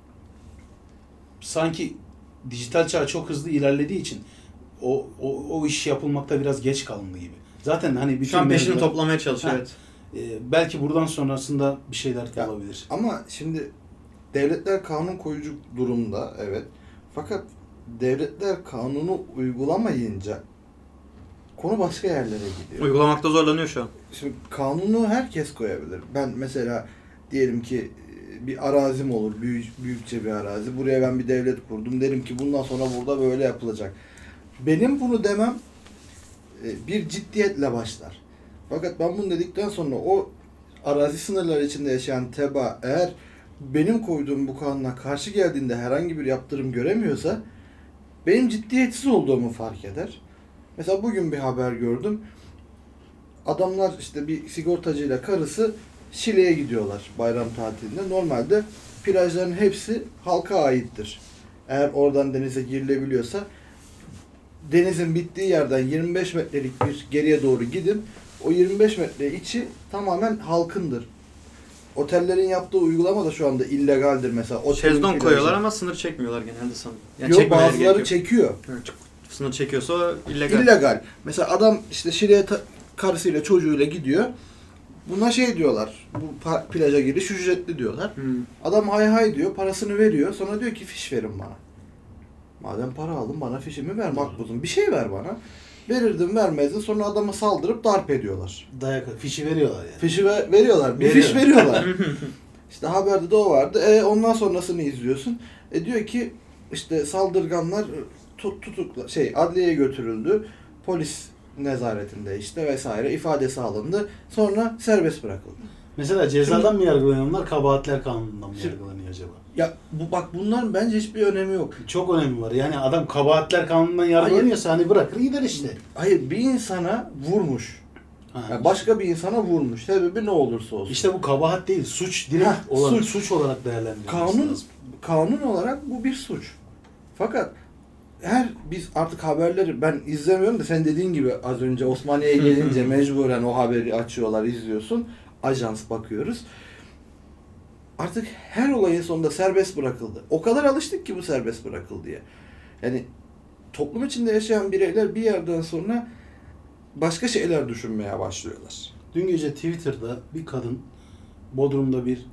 sanki dijital çağ çok hızlı ilerlediği için o iş yapılmakta biraz geç kalındı gibi. Zaten hani bütün Şu an peşini mevzular- toplamaya çalışıyor. Ha. Evet. Belki buradan sonrasında bir şeyler Ya, olabilir. Ama şimdi devletler kanun koyucu durumda, evet. Fakat devletler kanunu uygulamayınca konu başka yerlere gidiyor. Uygulamakta zorlanıyor şu an. Şimdi kanunu herkes koyabilir. Ben mesela diyelim ki bir arazim olur, büyükçe bir arazi. Buraya ben bir devlet kurdum. Derim ki bundan sonra burada böyle yapılacak. Benim bunu demem bir ciddiyetle başlar. Fakat ben bunu dedikten sonra o arazi sınırları içinde yaşayan teba eğer benim koyduğum bu kanuna karşı geldiğinde herhangi bir yaptırım göremiyorsa benim ciddiyetsiz olduğumu fark eder. Mesela bugün bir haber gördüm. Adamlar işte bir sigortacıyla karısı Şile'ye gidiyorlar bayram tatilinde. Normalde plajların hepsi halka aittir. Eğer oradan denize girilebiliyorsa denizin bittiği yerden 25 metrelik bir geriye doğru gidin. O 25 metre içi tamamen halkındır. otellerin yaptığı uygulama da şu anda illegaldir mesela. Otelin Şezlong plajı. koyuyorlar ama sınır çekmiyorlar genelde sanırım. Yani Yok, çekmemeleri bazıları gerekiyor. çekiyor. Evet, sınır çekiyorsa o illegal. İllegal. Mesela adam işte Şile'ye karısıyla çocuğuyla gidiyor. Buna şey diyorlar. Bu plaja giriş ücretli diyorlar. Adam hay hay diyor, parasını veriyor. Sonra diyor ki fiş verin bana. Madem para aldım bana fişimi ver makbuzum. Bir şey ver bana. Verirdim vermezdin. Sonra adamı saldırıp darp ediyorlar. Fişi veriyorlar yani. Fişi veriyorlar. Bir fiş veriyorlar. İşte haberde de o vardı. Ondan sonrasını izliyorsun. Diyor ki işte saldırganlar tutukla adliyeye götürüldü. Polis nezaretinde işte vesaire ifadesi alındı. Sonra serbest bırakıldı. Mesela cezadan mı yargılananlar, kabahatler kanunundan mı yargılanıyor acaba? Ya bak bunların bence hiçbir önemi yok. Çok önemi var. Yani adam kabahatler kanunundan yargılanıyorsa hani bırakır gider işte. Hayır, bir insana vurmuş. Ha, Yani başka bir insana vurmuş. Sebebi ne olursa olsun. İşte bu kabahat değil, suç direkt olarak suç olarak değerlendirilmesi lazım. Kanun olarak bu bir suç. Fakat biz artık haberleri ben izlemiyorum da sen dediğin gibi az önce Osmaniye'ye gelince mecburen o haberi açıyorlar, izliyorsun. Ajans bakıyoruz. Artık her olayın sonunda serbest bırakıldı. O kadar alıştık ki bu serbest bırakıldıya. Yani toplum içinde yaşayan bireyler bir yerden sonra başka şeyler düşünmeye başlıyorlar. Dün gece Twitter'da bir kadın Bodrum'da bir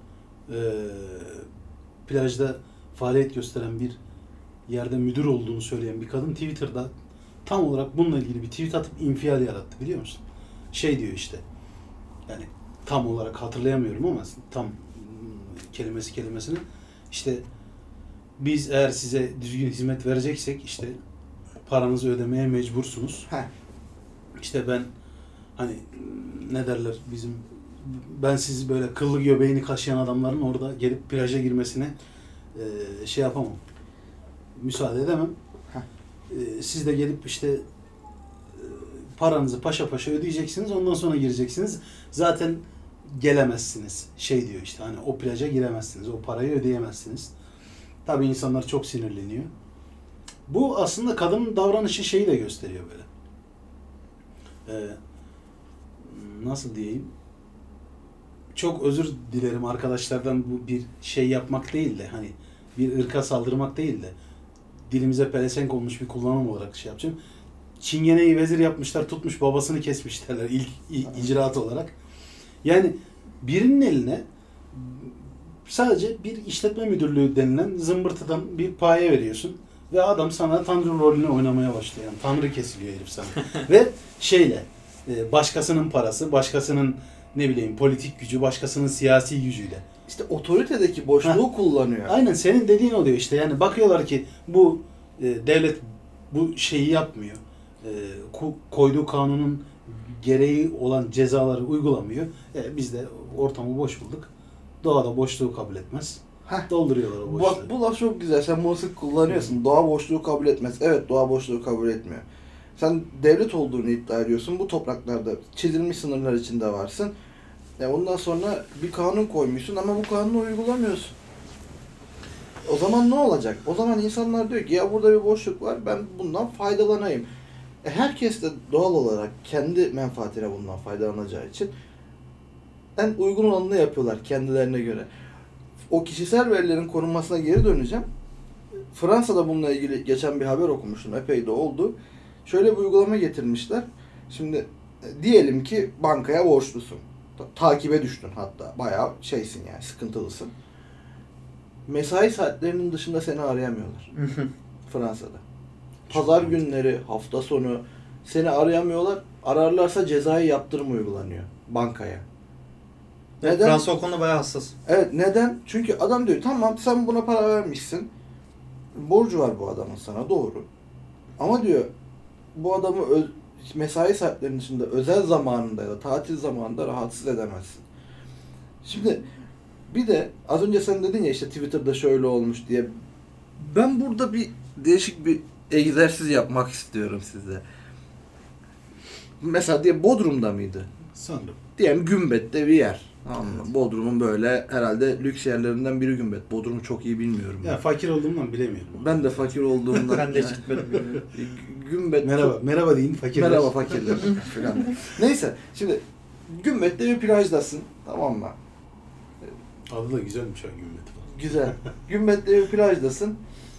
plajda faaliyet gösteren bir yerde müdür olduğunu söyleyen bir kadın Twitter'da tam olarak bununla ilgili bir tweet atıp infial yarattı, biliyor musun? Şey diyor işte, yani tam olarak hatırlayamıyorum ama tam kelimesine işte biz eğer size düzgün hizmet vereceksek işte paranızı ödemeye mecbursunuz. İşte ben hani ne derler ben sizi böyle kıllı göbeğini kaşıyan adamların orada gelip plaja girmesine şey yapamam. Müsaade edemem. Siz de gelip işte paranızı paşa paşa ödeyeceksiniz. Ondan sonra gireceksiniz. Zaten gelemezsiniz. Şey diyor işte hani o plaja giremezsiniz. O parayı ödeyemezsiniz. Tabii insanlar çok sinirleniyor. Bu aslında kadının davranışı şeyi de gösteriyor böyle. Nasıl diyeyim? Çok özür dilerim arkadaşlardan, bu bir şey yapmak değil de hani bir ırka saldırmak değil de dilimize pelesenk olmuş bir kullanım olarak şey yapacağım. Çingeneyi vezir yapmışlar, tutmuş babasını kesmiş derler ilk icraat olarak. Yani birinin eline sadece bir işletme müdürlüğü denilen zımbırtıdan bir paye veriyorsun ve adam sana tanrı rolünü oynamaya başlıyor. Yani tanrı kesiliyor herif sana. Ve başkasının parası, başkasının ne bileyim politik gücü, başkasının siyasi gücüyle. İşte otoritedeki boşluğu kullanıyor. Aynen senin dediğin oluyor işte. Yani bakıyorlar ki bu devlet bu şeyi yapmıyor. Koyduğu kanunun gereği olan cezaları uygulamıyor. Biz de ortamı boş bulduk. Doğada boşluğu kabul etmez. Dolduruyorlar o boşluğu. Bak bu laf çok güzel. Sen bunu sık kullanıyorsun. Doğa boşluğu kabul etmez. Evet, doğa boşluğu kabul etmiyor. Sen devlet olduğunu iddia ediyorsun. Bu topraklarda çizilmiş sınırlar içinde varsın. Ondan sonra bir kanun koymuşsun ama bu kanunu uygulamıyorsun. O zaman ne olacak? O zaman insanlar diyor ki ya burada bir boşluk var, ben bundan faydalanayım. Herkes de doğal olarak kendi menfaatine bundan faydalanacağı için en uygun olanını yapıyorlar kendilerine göre. O kişisel verilerin korunmasına geri döneceğim. Fransa'da bununla ilgili geçen bir haber okumuştum. Epey de oldu. Şöyle bir uygulama getirmişler. Şimdi diyelim ki bankaya borçlusun. Takibe düştün hatta. Bayağı şeysin yani, sıkıntılısın. Mesai saatlerinin dışında seni arayamıyorlar. Fransa'da. Pazar günleri, hafta sonu seni arayamıyorlar. Ararlarsa cezai yaptırım uygulanıyor bankaya. Neden? Fransa o konuda bayağı hassas. Evet, neden? Çünkü adam diyor tamam sen buna para vermişsin. Borcu var bu adamın sana, doğru. Ama diyor bu adamı mesai saatlerinin dışında özel zamanında ya da tatil zamanında rahatsız edemezsin. Şimdi bir de az önce sen dedin ya işte Twitter'da şöyle olmuş diye. Ben burada bir değişik bir egzersiz yapmak istiyorum size. Mesela diye Bodrum'da mıydı? Sanırım. Diyelim Gümbet'te bir yer. Tamam mı? Bodrum'un böyle herhalde lüks yerlerinden biri Gümbet. Bodrum'u çok iyi bilmiyorum. Ya fakir olduğumdan bilemiyorum. Ben de fakir olduğumdan. Ben de hiç gitmedim. Gümbet. Merhaba deyin fakirler. Merhaba fakirler falan. Neyse şimdi Gümbet'te bir plajdasın, tamam mı? Adı da güzelmiş ha, Gümbet. Güzel. Gümbet'te bir plajdasın.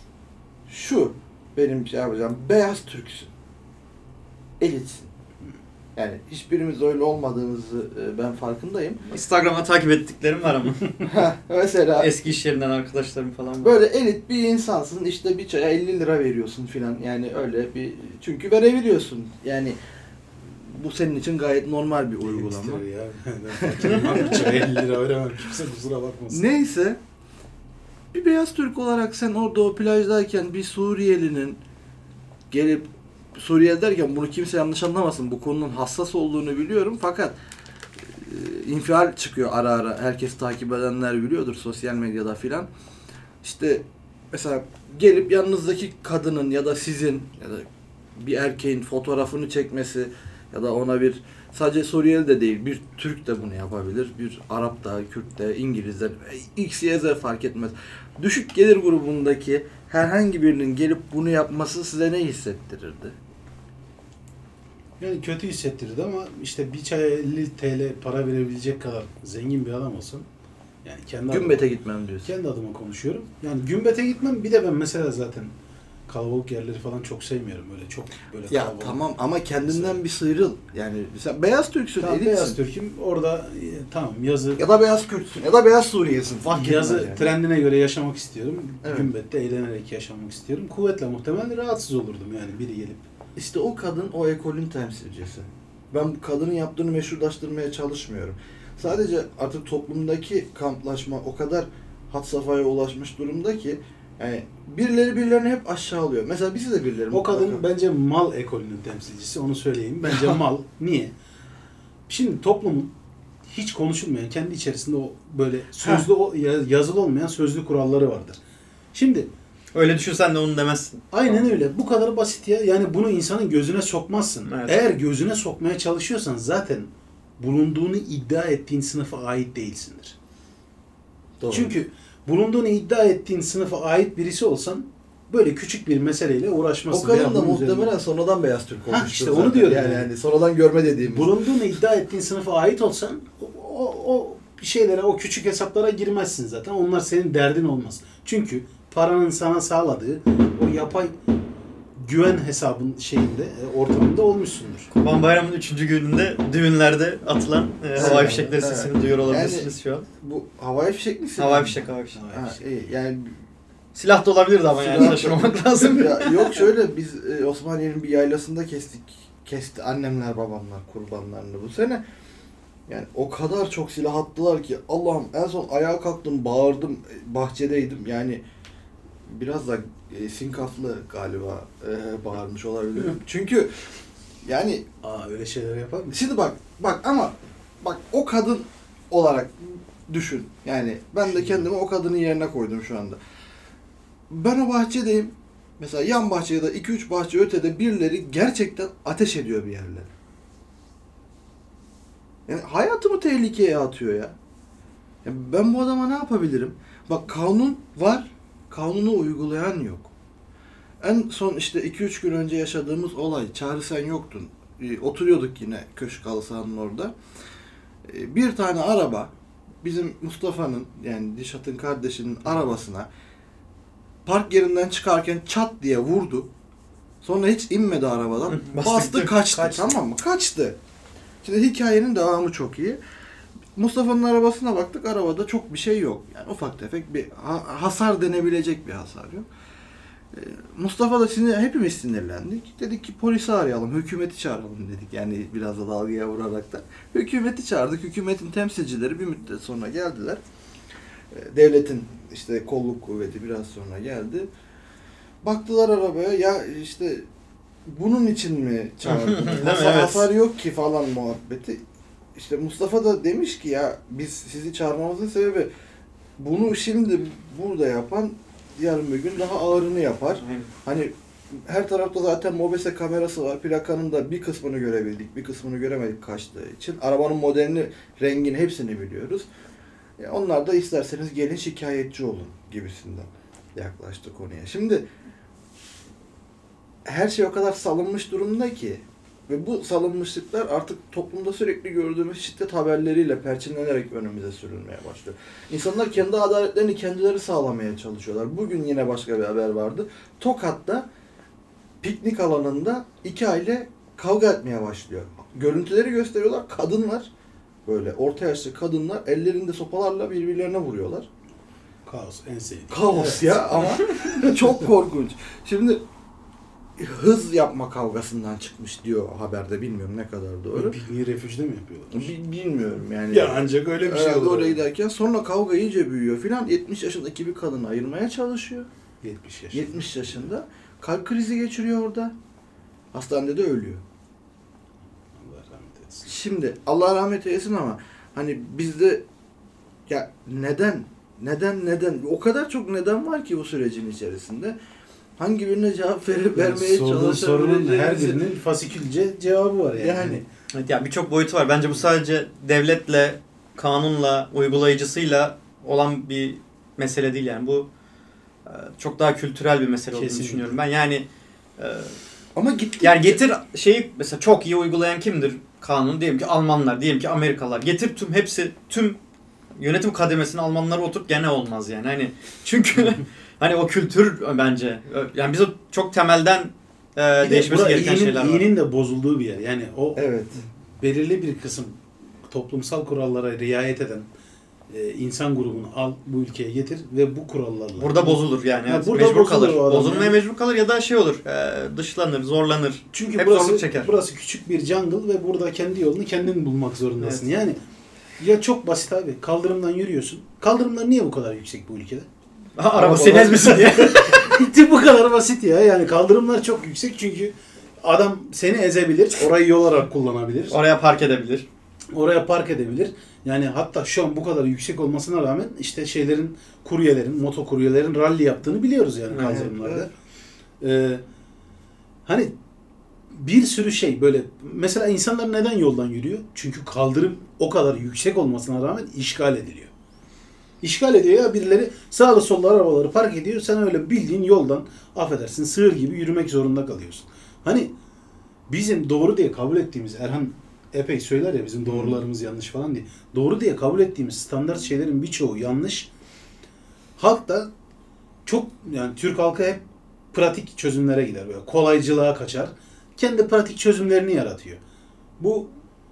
Şu benim şey yapacağım. Beyaz Türksün. Elitsin. Yani hiçbirimiz öyle olmadığımızı ben farkındayım. Instagram'a takip ettiklerim var ama. Mesela Eski iş yerinden arkadaşlarım falan var. böyle elit bir insansın, işte bir çaya 50 lira veriyorsun filan, yani öyle bir, çünkü verebiliyorsun. Yani bu senin için gayet normal bir uygulama. Hipster ya. Ben fakirim. Bir çaya 50 lira veremem. Kimse kusura bakmasın. Neyse, bir beyaz Türk olarak sen orada o plajdayken bir Suriyelinin gelip, Suriyeli derken bunu kimse yanlış anlamasın, bu konunun hassas olduğunu biliyorum, fakat infial çıkıyor ara ara, herkes takip edenler biliyordur sosyal medyada filan. İşte mesela gelip yanınızdaki kadının ya da sizin ya da bir erkeğin fotoğrafını çekmesi ya da ona bir, sadece Suriyeli de değil, bir Türk de bunu yapabilir, bir Arap da, Kürt de, İngiliz de, X, Y, Z fark etmez. Düşük gelir grubundaki herhangi birinin gelip bunu yapması size ne hissettirirdi? Yani kötü hissettirdi ama işte bir çaya 50 TL para verebilecek kadar zengin bir adam olsam, yani Gümbet'e gitmem diyorsun. kendi adıma konuşuyorum. Yani Gümbet'e gitmem. Bir de ben mesela zaten kalabalık yerleri falan çok sevmiyorum. Öyle çok böyle Ya kalabalık. tamam ama kendinden bir sıyrıl. Yani sen beyaz Türksün, Tamam, elitsin. beyaz Türk'üm. Orada tamam yazı Ya da beyaz Kürtsün ya da beyaz Suriyelisin. Fark etmez yazı yani. trendine göre yaşamak istiyorum. Evet. Gümbet'te eğlenerek yaşamak istiyorum. Kuvvetle muhtemelen rahatsız olurdum yani biri gelip. İşte o kadın o ekolün temsilcisi. Ben kadının yaptığını meşrulaştırmaya çalışmıyorum. Sadece artık toplumdaki kamplaşma o kadar had safhaya ulaşmış durumda ki, yani birileri birilerini hep aşağılıyor. Mesela bizi de birileri O kadın mutlaka- bence mal ekolünün temsilcisi, onu söyleyeyim. Bence mal. Niye? Şimdi toplumun hiç konuşulmayan, kendi içerisinde o böyle sözlü, yazılı olmayan sözlü kuralları vardır. Şimdi Öyle düşünsen de onu demezsin. aynen öyle. Bu kadar basit ya. Yani bunu insanın gözüne sokmazsın. Evet. Eğer gözüne sokmaya çalışıyorsan zaten bulunduğunu iddia ettiğin sınıfa ait değilsindir. Doğru. Çünkü bulunduğunu iddia ettiğin sınıfa ait birisi olsan böyle küçük bir meseleyle o uğraşmazsın. kadın Veya da bunun muhtemelen üzerine- sonradan beyaz Türk olmuştur. işte onu zaten. diyorum yani. yani. Yani sonradan görme dediğimiz. bulunduğunu iddia ettiğin sınıfa ait olsan o şeylere, o küçük hesaplara girmezsin zaten. Onlar senin derdin olmaz. Çünkü paranın sana sağladığı o yapay güven hesabın şeyinde, ortamında olmuşsundur. Kurban Bayramı'nın 3. gününde düğünlerde atılan havai fişekleri Evet. sesini duyuyor olabilirsiniz şu an. Bu havai fişek mi? Havai fişek, havai fişek. Havai Ha, fişek. iyi. Yani Silah da olabilirdi ama yani Silah- şaşırmamak lazım. ya, yok şöyle, biz Osmaniye'nin bir yaylasında kesti annemler babamlar kurbanlarını bu sene. Yani o kadar çok silah attılar ki Allah'ım, en son ayağa kalktım, bağırdım, bahçedeydim. Yani biraz da sinkaflı galiba bağırmış olabilirim. Çünkü yani Öyle şeyler yapar mı? şimdi bak ama bak, o kadın olarak düşün. Yani ben de kendimi o kadının yerine koydum şu anda. Ben o bahçedeyim. Mesela yan bahçede ya da 2-3 bahçe ötede birileri gerçekten ateş ediyor bir yerlere. Yani hayatımı tehlikeye atıyor ya. Yani ben bu adama ne yapabilirim? Bak, kanun var, kanunu uygulayan yok. En son işte 2-3 gün önce yaşadığımız olay, Çağrı sen yoktun. Oturuyorduk yine köşk halı sahanın orada. Bir tane araba bizim Mustafa'nın, yani Dişat'ın kardeşinin arabasına park yerinden çıkarken çat diye vurdu. Sonra hiç inmedi arabadan. Bastı kaçtı. Tamam mı? Kaçtı. Şimdi hikayenin devamı çok iyi. Mustafa'nın arabasına baktık. Arabada çok bir şey yok. Yani ufak tefek bir hasar denebilecek bir hasar yok. Mustafa da hepimiz sinirlendik. Dedik ki polisi arayalım, hükümeti çağıralım dedik. Yani biraz da dalgaya vurarak da. Hükümeti çağırdık. Hükümetin temsilcileri bir müddet sonra geldiler. Devletin işte kolluk kuvveti biraz sonra geldi. Baktılar arabaya, ya işte bunun için mi çağırdınız? Hasar yok ki falan muhabbeti. İşte Mustafa da demiş ki ya biz sizi çağırmamızın sebebi, bunu şimdi burada yapan yarın bir gün daha ağırını yapar. Hani her tarafta zaten MOBESE kamerası var. Plakanın da bir kısmını görebildik, bir kısmını göremedik kaçtığı için. Arabanın modelini, rengini hepsini biliyoruz. Onlar da isterseniz gelin şikayetçi olun gibisinden yaklaştı konuya. Şimdi her şey o kadar salınmış durumda ki Ve bu salınmışlıklar artık toplumda sürekli gördüğümüz şiddet haberleriyle perçinlenerek önümüze sürülmeye başlıyor. İnsanlar kendi adaletlerini kendileri sağlamaya çalışıyorlar. Bugün yine başka bir haber vardı. Tokat'ta piknik alanında 2 aile kavga etmeye başlıyor. Görüntüleri gösteriyorlar. Kadınlar, böyle orta yaşlı kadınlar ellerinde sopalarla birbirlerine vuruyorlar. Kaos en sevdiğim. Kaos Evet. ya ama çok korkunç. Şimdi hız yapma kavgasından çıkmış diyor haberde, bilmiyorum ne kadar doğru. Pikniği refüjde mi yapıyorlar? Bilmiyorum yani. Ya ancak öyle bir şey Evet, olur. oraya giderken sonra kavga iyice büyüyor filan. 70 yaşındaki bir kadını ayırmaya çalışıyor. 70 yaş. 70 yaşında. Kalp krizi geçiriyor orada. Hastanede de ölüyor. Allah rahmet etsin. Şimdi Allah rahmet eylesin ama hani bizde ya neden o kadar çok neden var ki bu sürecin içerisinde. Hangi birine cevap vermeye Sorduğun sorunun her çalışabileceğimizi. birinin fasikülce cevabı var yani. Yani Evet, yani birçok boyutu var. Bence bu sadece devletle, kanunla, uygulayıcısıyla olan bir mesele değil yani. Bu çok daha kültürel bir mesele olduğunu Kesinlikle. düşünüyorum ben. Yani ama gitti. yani getir şeyi mesela çok iyi uygulayan kimdir kanunu? Diyelim ki Almanlar, diyelim ki Amerikalılar. Getir tüm yönetim kademesini Almanlara oturt gene olmaz yani. Hani çünkü hani o kültür bence yani bize çok temelden değişmesi gereken şeyler var. İyinin de bozulduğu bir yer. Yani o Evet. belirli bir kısım toplumsal kurallara riayet eden insan grubunu al bu ülkeye getir ve bu kurallarla. Burada bozulur yani. Ha, Evet, burada mecbur bozulur kalır. o adam Bozulmaya yani. mecbur kalır ya da şey olur. Dışlanır, zorlanır. Çünkü hep zorluk çeker. burası küçük bir jungle ve burada kendi yolunu kendin bulmak zorundasın. Yani ya çok basit abi. Kaldırımdan yürüyorsun. Kaldırımlar niye bu kadar yüksek bu ülkede? Araba seni ezmesin diye. Bu kadar basit ya. Yani kaldırımlar çok yüksek çünkü adam seni ezebilir. Orayı yol olarak kullanabilir. Oraya park edebilir. Oraya park edebilir. Yani hatta şu an bu kadar yüksek olmasına rağmen işte kuryelerin, motokuryelerin rally yaptığını biliyoruz yani Evet, kaldırımlarda. Hani bir sürü şey böyle mesela insanlar neden yoldan yürüyor? Çünkü kaldırım o kadar yüksek olmasına rağmen işgal ediliyor. İşgal ediyor ya birileri sağlı sollu arabaları park ediyor. Sen öyle bildiğin yoldan affedersin sığır gibi yürümek zorunda kalıyorsun. Hani bizim doğru diye kabul ettiğimiz Erhan epey söyler ya bizim doğrularımız yanlış falan diye. Doğru diye kabul ettiğimiz standart şeylerin birçoğu yanlış. Halk da çok yani Türk halkı hep pratik çözümlere gider. Böyle kolaycılığa kaçar. Kendi pratik çözümlerini yaratıyor. Bu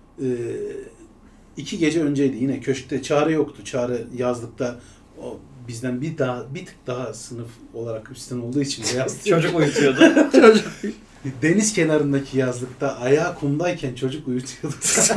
2 gece önceydi yine köşkte Çağrı yoktu. Çağrı yazlıkta o bizden bir tık daha sınıf olarak üstten olduğu için beyaz. Çocuk uyutuyordu. Deniz kenarındaki yazlıkta ayağı kumdayken çocuk uyutuyordu.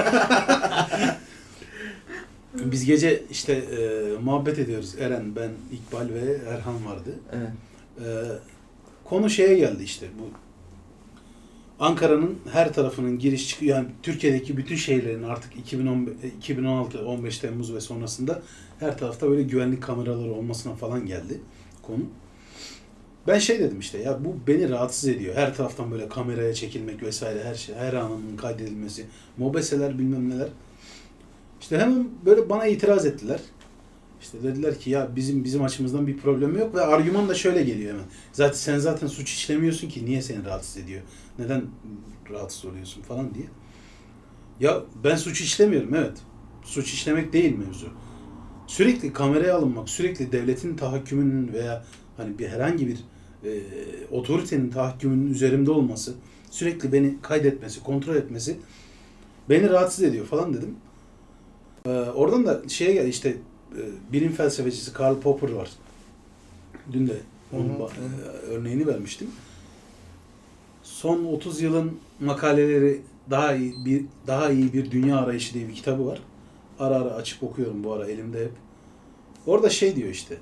Biz gece işte muhabbet ediyoruz. Eren, ben, İkbal ve Erhan vardı. Evet. Konu şeye geldi işte bu Ankara'nın her tarafının giriş çıkıyor yani Türkiye'deki bütün şehirlerin artık 2016 15 Temmuz ve sonrasında her tarafta böyle güvenlik kameraları olmasına falan geldi konu. Ben şey dedim işte ya bu beni rahatsız ediyor. Her taraftan böyle kameraya çekilmek vesaire her şey, her anının kaydedilmesi, mobeseler bilmem neler. İşte hemen böyle bana itiraz ettiler. İşte dediler ki ya bizim açımızdan bir problem yok ve argüman da şöyle geliyor hemen. Sen zaten suç işlemiyorsun ki niye seni rahatsız ediyor? Neden rahatsız oluyorsun falan diye. Ya ben suç işlemiyorum evet. Suç işlemek değil mevzu. Sürekli kameraya alınmak, sürekli devletin tahakkümünün veya hani herhangi bir otoritenin tahakkümünün üzerimde olması, sürekli beni kaydetmesi, kontrol etmesi beni rahatsız ediyor falan dedim. Oradan da şeye geldi işte bilim felsefecisi Karl Popper var. Dün de onun örneğini vermiştim. Son 30 yılın makaleleri daha iyi bir dünya arayışı diye bir kitabı var. Ara ara açıp okuyorum bu ara elimde hep. Orada şey diyor işte.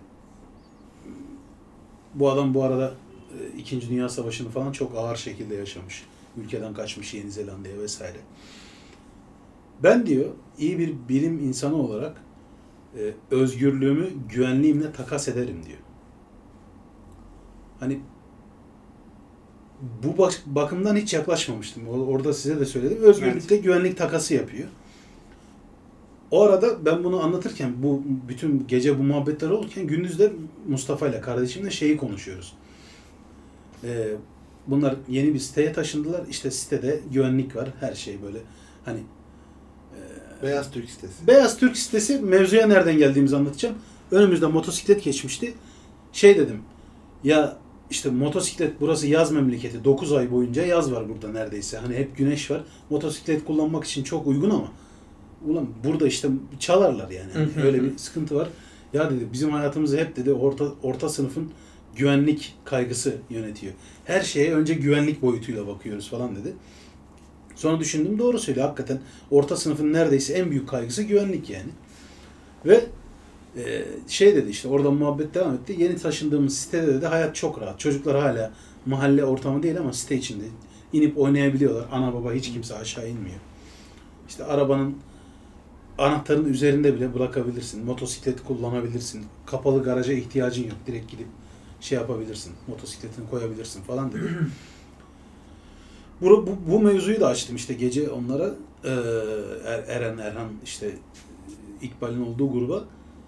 Bu adam bu arada 2. Dünya Savaşı'nı falan çok ağır şekilde yaşamış. Ülkeden kaçmış Yeni Zelanda'ya vesaire. Ben diyor iyi bir bilim insanı olarak özgürlüğümü güvenliğimle takas ederim diyor. Hani bu bakımdan hiç yaklaşmamıştım. Orada size de söyledim. Özgürlükle güvenlik takası yapıyor. O arada ben bunu anlatırken bu bütün gece bu muhabbetler olurken gündüz de Mustafa ile kardeşimle şeyi konuşuyoruz. bunlar yeni bir siteye taşındılar. İşte sitede güvenlik var. Her şey böyle hani Beyaz Türk sitesi. Beyaz Türk sitesi, mevzuya nereden geldiğimizi anlatacağım. Önümüzde motosiklet geçmişti. Şey dedim. Ya işte motosiklet, burası yaz memleketi. 9 ay boyunca yaz var burada neredeyse. Hani hep güneş var. Motosiklet kullanmak için çok uygun ama ulan burada işte çalarlar yani. Hani öyle bir sıkıntı var. Ya dedi bizim hayatımızı hep dedi orta sınıfın güvenlik kaygısı yönetiyor. Her şeye önce güvenlik boyutuyla bakıyoruz falan dedi. Sonra düşündüm, doğru söylüyor. Hakikaten orta sınıfın neredeyse en büyük kaygısı güvenlik yani. Ve şey dedi, işte orada muhabbet devam etti. Yeni taşındığımız sitede de hayat çok rahat. Çocuklar hala mahalle ortamı değil ama site içinde inip oynayabiliyorlar. Ana baba hiç kimse aşağı inmiyor. İşte arabanın anahtarın üzerinde bile bırakabilirsin. Motosiklet kullanabilirsin. Kapalı garaja ihtiyacın yok. Direkt gidip şey yapabilirsin. Motosikletini koyabilirsin falan dedi. Bu mevzuyu da açtım işte gece onlara. Erhan işte İkbal'in olduğu gruba.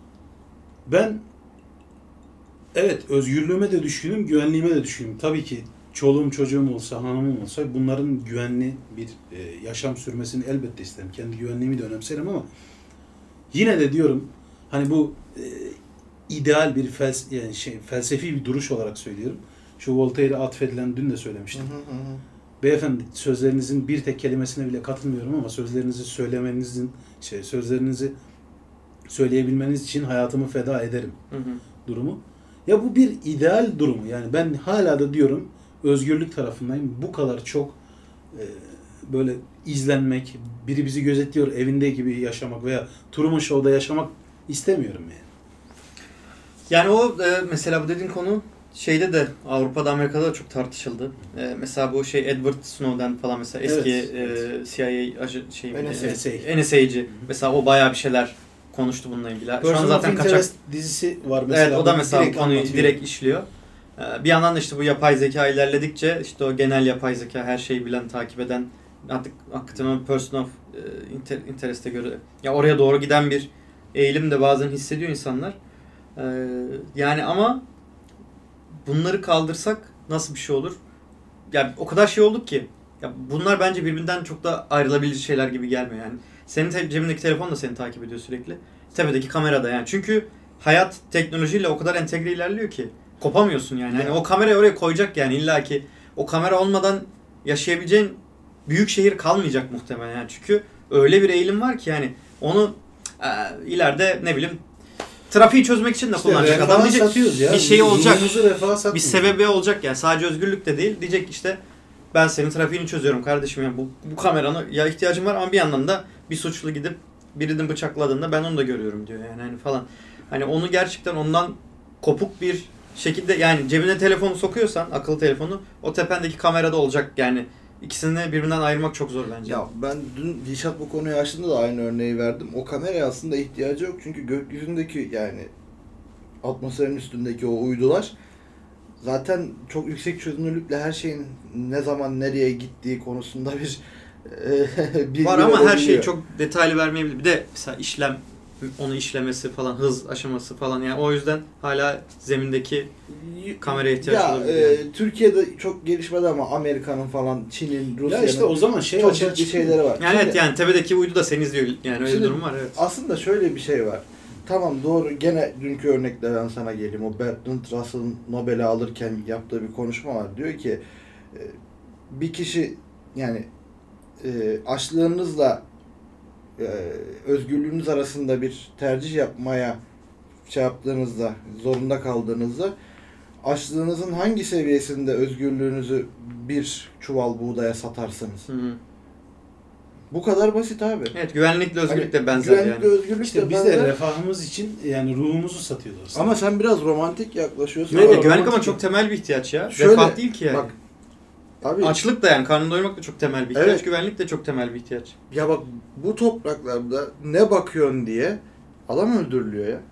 Ben evet özgürlüğüme de düşkünüm, güvenliğime de düşkünüm. Tabii ki çoluğum çocuğum olsa, hanımım olsa bunların güvenli bir yaşam sürmesini elbette isterim. Kendi güvenliğimi de önemserim ama yine de diyorum hani bu ideal bir felsefi bir duruş olarak söylüyorum. Şu Voltaire'e atfedilen, dün de söylemiştim. Beyefendi, sözlerinizin bir tek kelimesine bile katılmıyorum ama sözlerinizi söyleyebilmeniz için hayatımı feda ederim durumu. Ya bu bir ideal durumu. Yani ben hala da diyorum özgürlük tarafındayım. Bu kadar çok böyle izlenmek, biri bizi gözetliyor evinde gibi yaşamak veya Truman Show'da yaşamak istemiyorum yani. Yani o mesela bu dediğin konu şeyde de Avrupa'da, Amerika'da da çok tartışıldı. Mesela bu Edward Snowden falan mesela eski CIA NSA'cı. Mesela o bayağı bir şeyler konuştu bununla ilgili. Şu an zaten kaçak dizisi var mesela. Evet, o da mesela konuyu direkt işliyor. Bir yandan da işte bu yapay zeka ilerledikçe işte o genel yapay zeka, her şeyi bilen, takip eden, artık hakikaten o person of interest'e göre ya oraya doğru giden bir eğilim de bazen hissediyor insanlar. Yani ama bunları kaldırsak nasıl bir şey olur? Ya o kadar şey olduk ki. Ya bunlar bence birbirinden çok da ayrılabilir şeyler gibi gelmiyor yani. Senin cebindeki telefon da seni takip ediyor sürekli. Tepedeki kamera da yani. Çünkü hayat teknolojiyle o kadar entegre ilerliyor ki kopamıyorsun yani. Hani o kamerayı oraya koyacak yani illa ki o kamera olmadan yaşayabileceğin büyük şehir kalmayacak muhtemelen yani. Çünkü öyle bir eğilim var ki yani onu ileride ne bileyim trafiği çözmek için de kullanacak adam, diyecek ya. Bir şey olacak. Bir sebebi olacak yani. Sadece özgürlük de değil. Diyecek işte ben senin trafiğini çözüyorum kardeşim yani bu kamerana ya ihtiyacım var ama bir yandan da bir suçlu gidip birini bıçakladığında ben onu da görüyorum diyor yani hani falan. Hani onu gerçekten ondan kopuk bir şekilde yani cebine telefonu sokuyorsan, akıllı telefonu, o tependeki kamerada olacak yani. İkisini birbirinden ayırmak çok zor bence. Ya ben dün Dilşat bu konuyu açtığında da aynı örneği verdim. O kameraya aslında ihtiyacı yok çünkü gökyüzündeki yani atmosferin üstündeki o uydular zaten çok yüksek çözünürlükle her şeyin ne zaman nereye gittiği konusunda bir bilgi var ama her şeyi oluyor. çok detaylı vermeyebilir. Bir de mesela onu işlemesi falan, hız aşaması falan yani o yüzden hala zemindeki kameraya ihtiyaç olabilir. Yani. Türkiye'de çok gelişmedi ama Amerika'nın falan, Çin'in, Rusya'nın ya işte o zaman çok ciddi şeyleri var. Yani evet yani tepedeki uydu da seni izliyor yani öyle bir durum var evet. Aslında şöyle bir şey var. Tamam doğru, gene dünkü örnekle ben sana geleyim. O Bertrand Russell'ın Nobel'i alırken yaptığı bir konuşma var. Diyor ki bir kişi yani açlığınızla özgürlüğünüz arasında bir tercih yapmaya yaptığınızda, zorunda kaldığınızda açlığınızın hangi seviyesinde özgürlüğünüzü bir çuval buğdaya satarsınız? Bu kadar basit abi. Evet, güvenlikle özgürlük de benzer güvenlikle yani. Özgürlük işte de biz benzer. de refahımız için yani ruhumuzu satıyoruz aslında. Ama sen biraz romantik yaklaşıyorsun. Evet, güvenlik ama çok temel bir ihtiyaç ya. Şöyle, refah değil ki yani. Bak, abi, açlık da yani karnını doyurmak da çok temel bir ihtiyaç. Evet. Güvenlik de çok temel bir ihtiyaç. Ya bak bu topraklarda ne bakıyorsun diye adam öldürülüyor ya.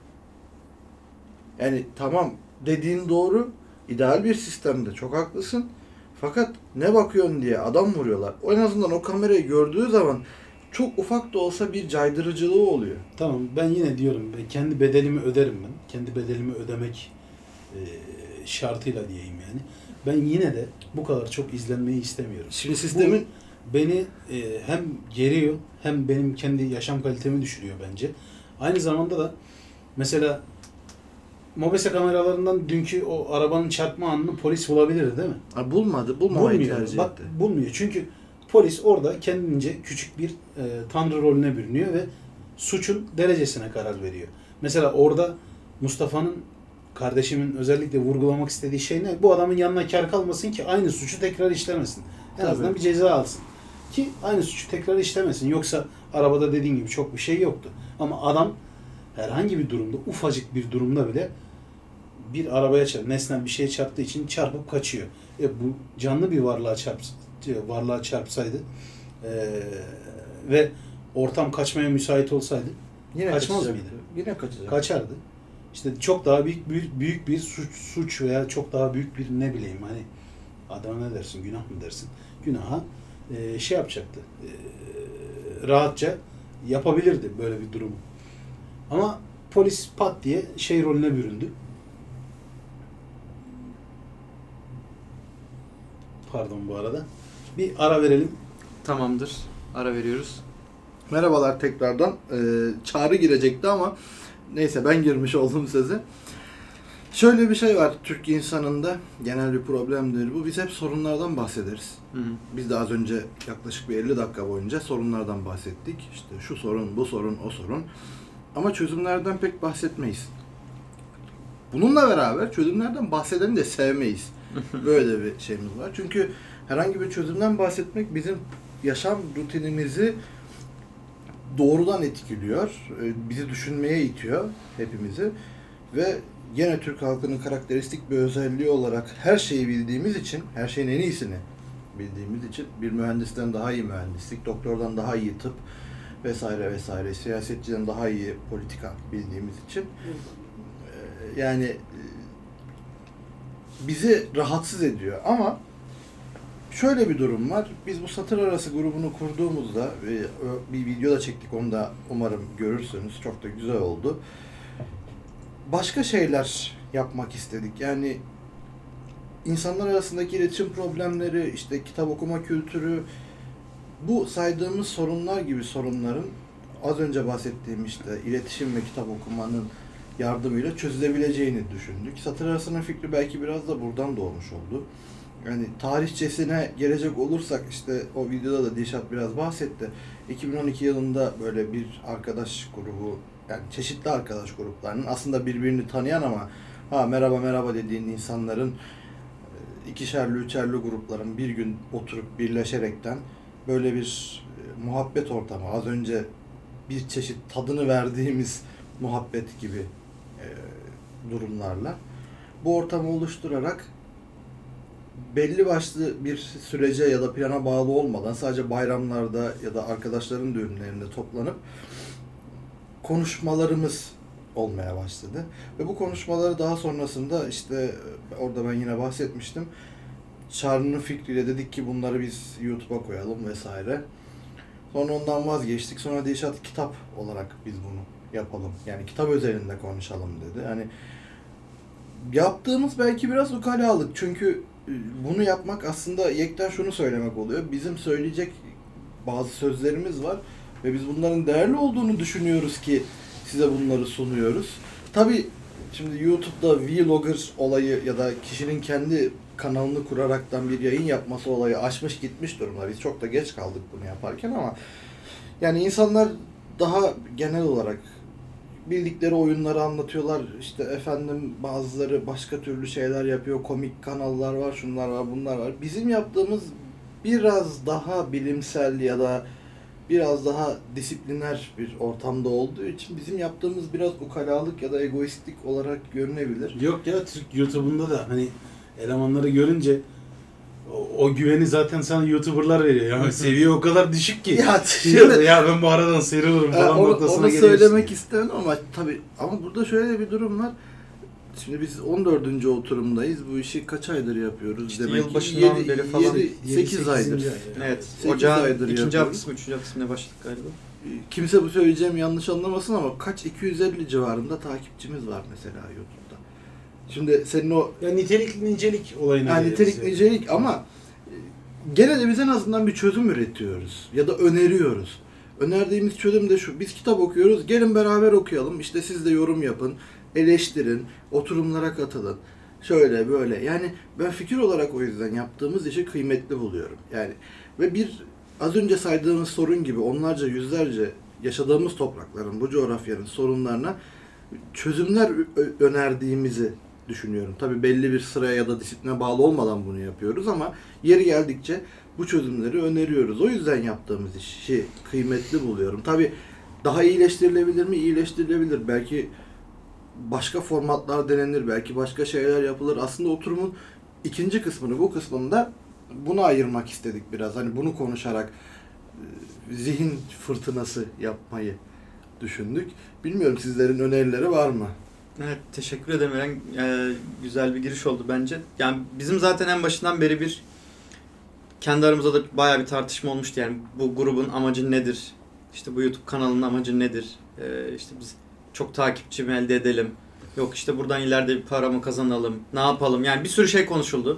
Yani tamam dediğin doğru. İdeal bir sistemde çok haklısın. Fakat ne bakıyorsun diye adam vuruyorlar. En azından o kamerayı gördüğü zaman çok ufak da olsa bir caydırıcılığı oluyor. Tamam, ben yine diyorum kendi bedelimi öderim ben. Kendi bedelimi ödemek şartıyla diyeyim yani. ben yine de bu kadar çok izlenmeyi istemiyorum. Şimdi sistemin Beni hem geriyor hem benim kendi yaşam kalitemi düşürüyor bence. Aynı zamanda da mesela Mobese kameralarından dünkü o arabanın çarpma anını polis bulabilirdi değil mi? bulmamayı tercih Bak etti. bulmuyor. Çünkü polis orada kendince küçük bir tanrı rolüne bürünüyor ve suçun derecesine karar veriyor. Mesela orada Mustafa'nın, kardeşimin özellikle vurgulamak istediği şey ne? Bu adamın yanına kar kalmasın ki aynı suçu tekrar işlemesin. En azından Tabii. bir ceza alsın. Ki aynı suçu tekrar işlemesin. Yoksa arabada dediğin gibi çok bir şey yoktu. Ama adam herhangi bir durumda, ufacık bir durumda bile bir arabaya nesnel bir şeye çarptığı için çarpıp kaçıyor. Bu canlı bir varlığa çarpsaydı ve ortam kaçmaya müsait olsaydı Yine kaçmaz kaçacak. mıydı? Yine kaçacak. Kaçardı. İşte çok daha büyük bir suç veya çok daha büyük bir ne bileyim hani adama ne dersin, günah mı dersin? Günaha şey yapacaktı. Rahatça yapabilirdi böyle bir durumu. Ama polis pat diye şey rolüne büründü. Pardon bu arada. Bir ara verelim. Tamamdır. Ara veriyoruz. Merhabalar tekrardan. Çağrı girecekti ama neyse ben girmiş oldum söze. Şöyle bir şey var Türk insanında, genel bir problemdir bu. Biz hep sorunlardan bahsederiz. Hı hı. Biz de az önce yaklaşık bir 50 dakika boyunca sorunlardan bahsettik. İşte şu sorun, bu sorun, o sorun. Ama çözümlerden pek bahsetmeyiz. Bununla beraber çözümlerden bahsedeni de sevmeyiz. Böyle bir şeyimiz var. Çünkü herhangi bir çözümden bahsetmek bizim yaşam rutinimizi doğrudan etkiliyor. Bizi düşünmeye itiyor hepimizi. Ve gene Türk halkının karakteristik bir özelliği olarak her şeyi bildiğimiz için, her şeyin en iyisini bildiğimiz için, bir mühendisten daha iyi mühendislik, doktordan daha iyi tıp vesaire vesaire, siyasetçiden daha iyi politika bildiğimiz için yani bizi rahatsız ediyor. Ama şöyle bir durum var. Biz bu satır arası grubunu kurduğumuzda bir video da çektik. Onu da umarım görürsünüz. Çok da güzel oldu. Başka şeyler yapmak istedik. Yani insanlar arasındaki iletişim problemleri, işte kitap okuma kültürü, bu saydığımız sorunlar gibi sorunların az önce bahsettiğim işte iletişim ve kitap okumanın yardımıyla çözülebileceğini düşündük. Satır arasının fikri belki biraz da buradan doğmuş oldu. Yani tarihçesine gelecek olursak işte o videoda da Dilşat biraz bahsetti. 2012 yılında böyle bir arkadaş grubu, yani çeşitli arkadaş gruplarının aslında birbirini tanıyan ama merhaba merhaba dediğin insanların ikişerli üçerli grupların bir gün oturup birleşerekten böyle bir muhabbet ortamı, az önce bir çeşit tadını verdiğimiz muhabbet gibi durumlarla bu ortamı oluşturarak belli başlı bir sürece ya da plana bağlı olmadan sadece bayramlarda ya da arkadaşların düğünlerinde toplanıp konuşmalarımız olmaya başladı. Ve bu konuşmaları daha sonrasında işte orada ben yine bahsetmiştim. Çağrı'nın fikriyle dedik ki bunları biz YouTube'a koyalım vesaire. Sonra ondan vazgeçtik. Sonra Dilşat kitap olarak biz bunu yapalım. Yani kitap özelinde konuşalım dedi. Yani yaptığımız belki biraz ukalalık. Çünkü bunu yapmak aslında yekten şunu söylemek oluyor. Bizim söyleyecek bazı sözlerimiz var ve biz bunların değerli olduğunu düşünüyoruz ki size bunları sunuyoruz. Tabii şimdi YouTube'da vlogger olayı ya da kişinin kendi kanalını kuraraktan bir yayın yapması olayı aşmış gitmiş durumda. Biz çok da geç kaldık bunu yaparken ama yani insanlar daha genel olarak bildikleri oyunları anlatıyorlar. İşte efendim bazıları başka türlü şeyler yapıyor. Komik kanallar var, şunlar var, bunlar var. Bizim yaptığımız biraz daha bilimsel ya da biraz daha disipliner bir ortamda olduğu için bizim yaptığımız biraz ukalalık ya da egoistlik olarak görünebilir. Yok ya, Türk YouTube'unda da hani elemanları görünce o güveni zaten sana YouTuber'lar veriyor. Yani seviye o kadar düşük ki. Ya, Ya ben bu aradan sıyrılırım falan noktasına onu geliyorsun. söylemek istemedim ama tabii ama burada şöyle bir durum var. Şimdi biz 14. oturumdayız. Bu işi kaç aydır yapıyoruz? İşte Demek yılbaşından ki beri falan. 8 aydır. Evet. 8 Ocağın aydır ikinci yapıyoruz. haftası mı, üçüncü haftası mı ne başladık galiba? Kimse bu söyleyeceğim yanlış anlamasın ama kaç 250 civarında takipçimiz var mesela YouTube'da. Şimdi senin o Ya nitelik nicelik olayına yani geliriz nitelik yani. nicelik ama gene de biz en azından bir çözüm üretiyoruz ya da öneriyoruz. Önerdiğimiz çözüm de şu: biz kitap okuyoruz, gelin beraber okuyalım, işte siz de yorum yapın, eleştirin, oturumlara katılın. Şöyle böyle. Yani ben fikir olarak o yüzden yaptığımız işi kıymetli buluyorum. Yani ve bir az önce saydığımız sorun gibi onlarca yüzlerce yaşadığımız toprakların, bu coğrafyanın sorunlarına çözümler önerdiğimizi düşünüyorum. Tabii belli bir sıraya ya da disipline bağlı olmadan bunu yapıyoruz ama yeri geldikçe bu çözümleri öneriyoruz. O yüzden yaptığımız işi kıymetli buluyorum. Tabii daha iyileştirilebilir mi? İyileştirilebilir. Belki başka formatlar denenir, belki başka şeyler yapılır. Aslında oturumun ikinci kısmını, bu kısmında buna ayırmak istedik biraz. Hani bunu konuşarak zihin fırtınası yapmayı düşündük. Bilmiyorum, sizlerin önerileri var mı? Evet, teşekkür ederim Eren. Güzel bir giriş oldu bence. Yani bizim zaten en başından beri bir kendi aramızda da bayağı bir tartışma olmuştu. Yani bu grubun amacı nedir? İşte bu YouTube kanalının amacı nedir? İşte biz çok takipçi mi elde edelim? Yok işte buradan ileride bir para mı kazanalım? Ne yapalım? Yani bir sürü şey konuşuldu.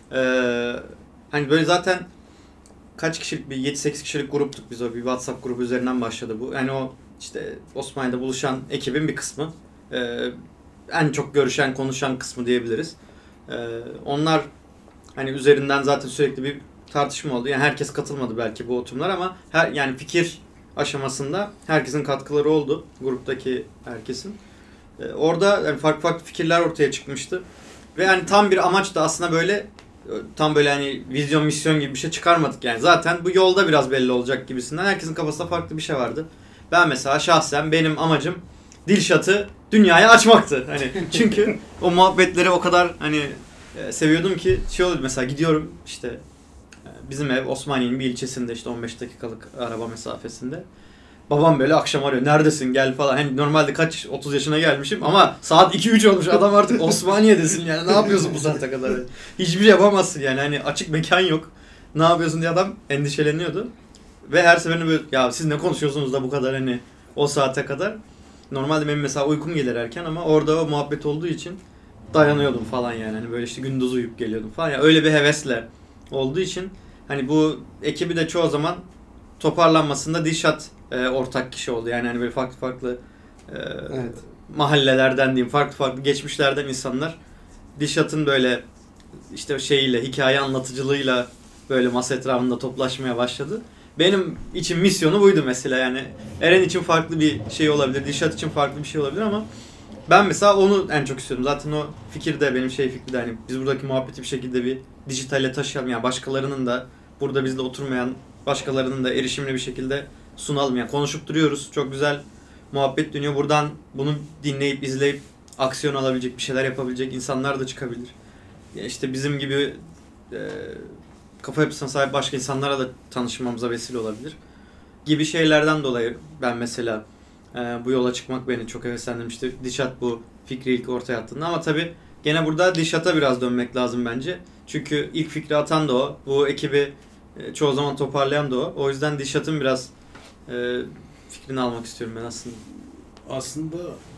Hani böyle zaten kaç kişilik bir 7-8 kişilik gruptuk biz, o bir WhatsApp grubu üzerinden başladı bu. Yani o işte Osmaniye'de buluşan ekibin bir kısmı. En çok görüşen, konuşan kısmı diyebiliriz. Onlar hani üzerinden zaten sürekli bir tartışma oldu. Yani herkes katılmadı belki bu oturumlar ama yani fikir aşamasında herkesin katkıları oldu. Gruptaki herkesin. Orada yani farklı farklı fikirler ortaya çıkmıştı. Ve hani tam bir amaç da aslında böyle tam böyle hani vizyon misyon gibi bir şey çıkarmadık yani. Zaten bu yolda biraz belli olacak gibisinden herkesin kafasında farklı bir şey vardı. Ben mesela şahsen benim amacım Dilşat'ı dünyaya açmaktı. Hani çünkü o muhabbetleri o kadar hani seviyordum ki şey oldu mesela, gidiyorum işte bizim ev Osmaniye'nin bir ilçesinde, işte 15 dakikalık araba mesafesinde. Babam böyle akşam arıyor, neredesin gel falan. Hani normalde kaç 30 yaşına gelmişim ama saat 2-3 olmuş, adam artık Osmaniye'desin yani, ne yapıyorsun bu saate kadar? Hiçbir şey yapamazsın yani, hani açık mekan yok. Ne yapıyorsun diye adam endişeleniyordu. Ve her seferinde böyle ya siz ne konuşuyorsunuz da bu kadar hani o saate kadar. Normalde benim mesela uykum gelir erken ama orada o muhabbet olduğu için dayanıyordum falan yani. Hani böyle işte gündüz uyuyup geliyordum falan. Yani öyle bir hevesle olduğu için hani bu ekibi de çoğu zaman toparlanmasında Dilşat ortak kişi oldu. Yani hani böyle farklı farklı Evet. mahallelerden diyeyim, farklı farklı geçmişlerden insanlar Dilşat'ın böyle işte şeyiyle, hikaye anlatıcılığıyla böyle masa etrafında toplaşmaya başladı. Benim için misyonu buydu mesela yani. Eren için farklı bir şey olabilir, Dilşat için farklı bir şey olabilir ama ben mesela onu en çok istiyordum. Zaten o fikir de benim fikri de hani biz buradaki muhabbeti bir şekilde bir dijitale taşıyalım. Yani başkalarının da burada bizde oturmayan başkalarının da erişimini bir şekilde sunalım. Yani konuşup duruyoruz. Çok güzel muhabbet dönüyor. Buradan bunu dinleyip, izleyip aksiyon alabilecek, bir şeyler yapabilecek insanlar da çıkabilir. Ya işte bizim gibi kafa yapısına sahip başka insanlara da tanışmamıza vesile olabilir. Gibi şeylerden dolayı ben mesela bu yola çıkmak beni çok heveslendirmişti. Dilşat bu fikri ilk ortaya attığında ama tabii gene burada Dilşat'a biraz dönmek lazım bence. Çünkü ilk fikri atan da o. Bu ekibi çoğu zaman toparlayan da o. O yüzden Dilşat'ın biraz fikrini almak istiyorum ben aslında. Aslında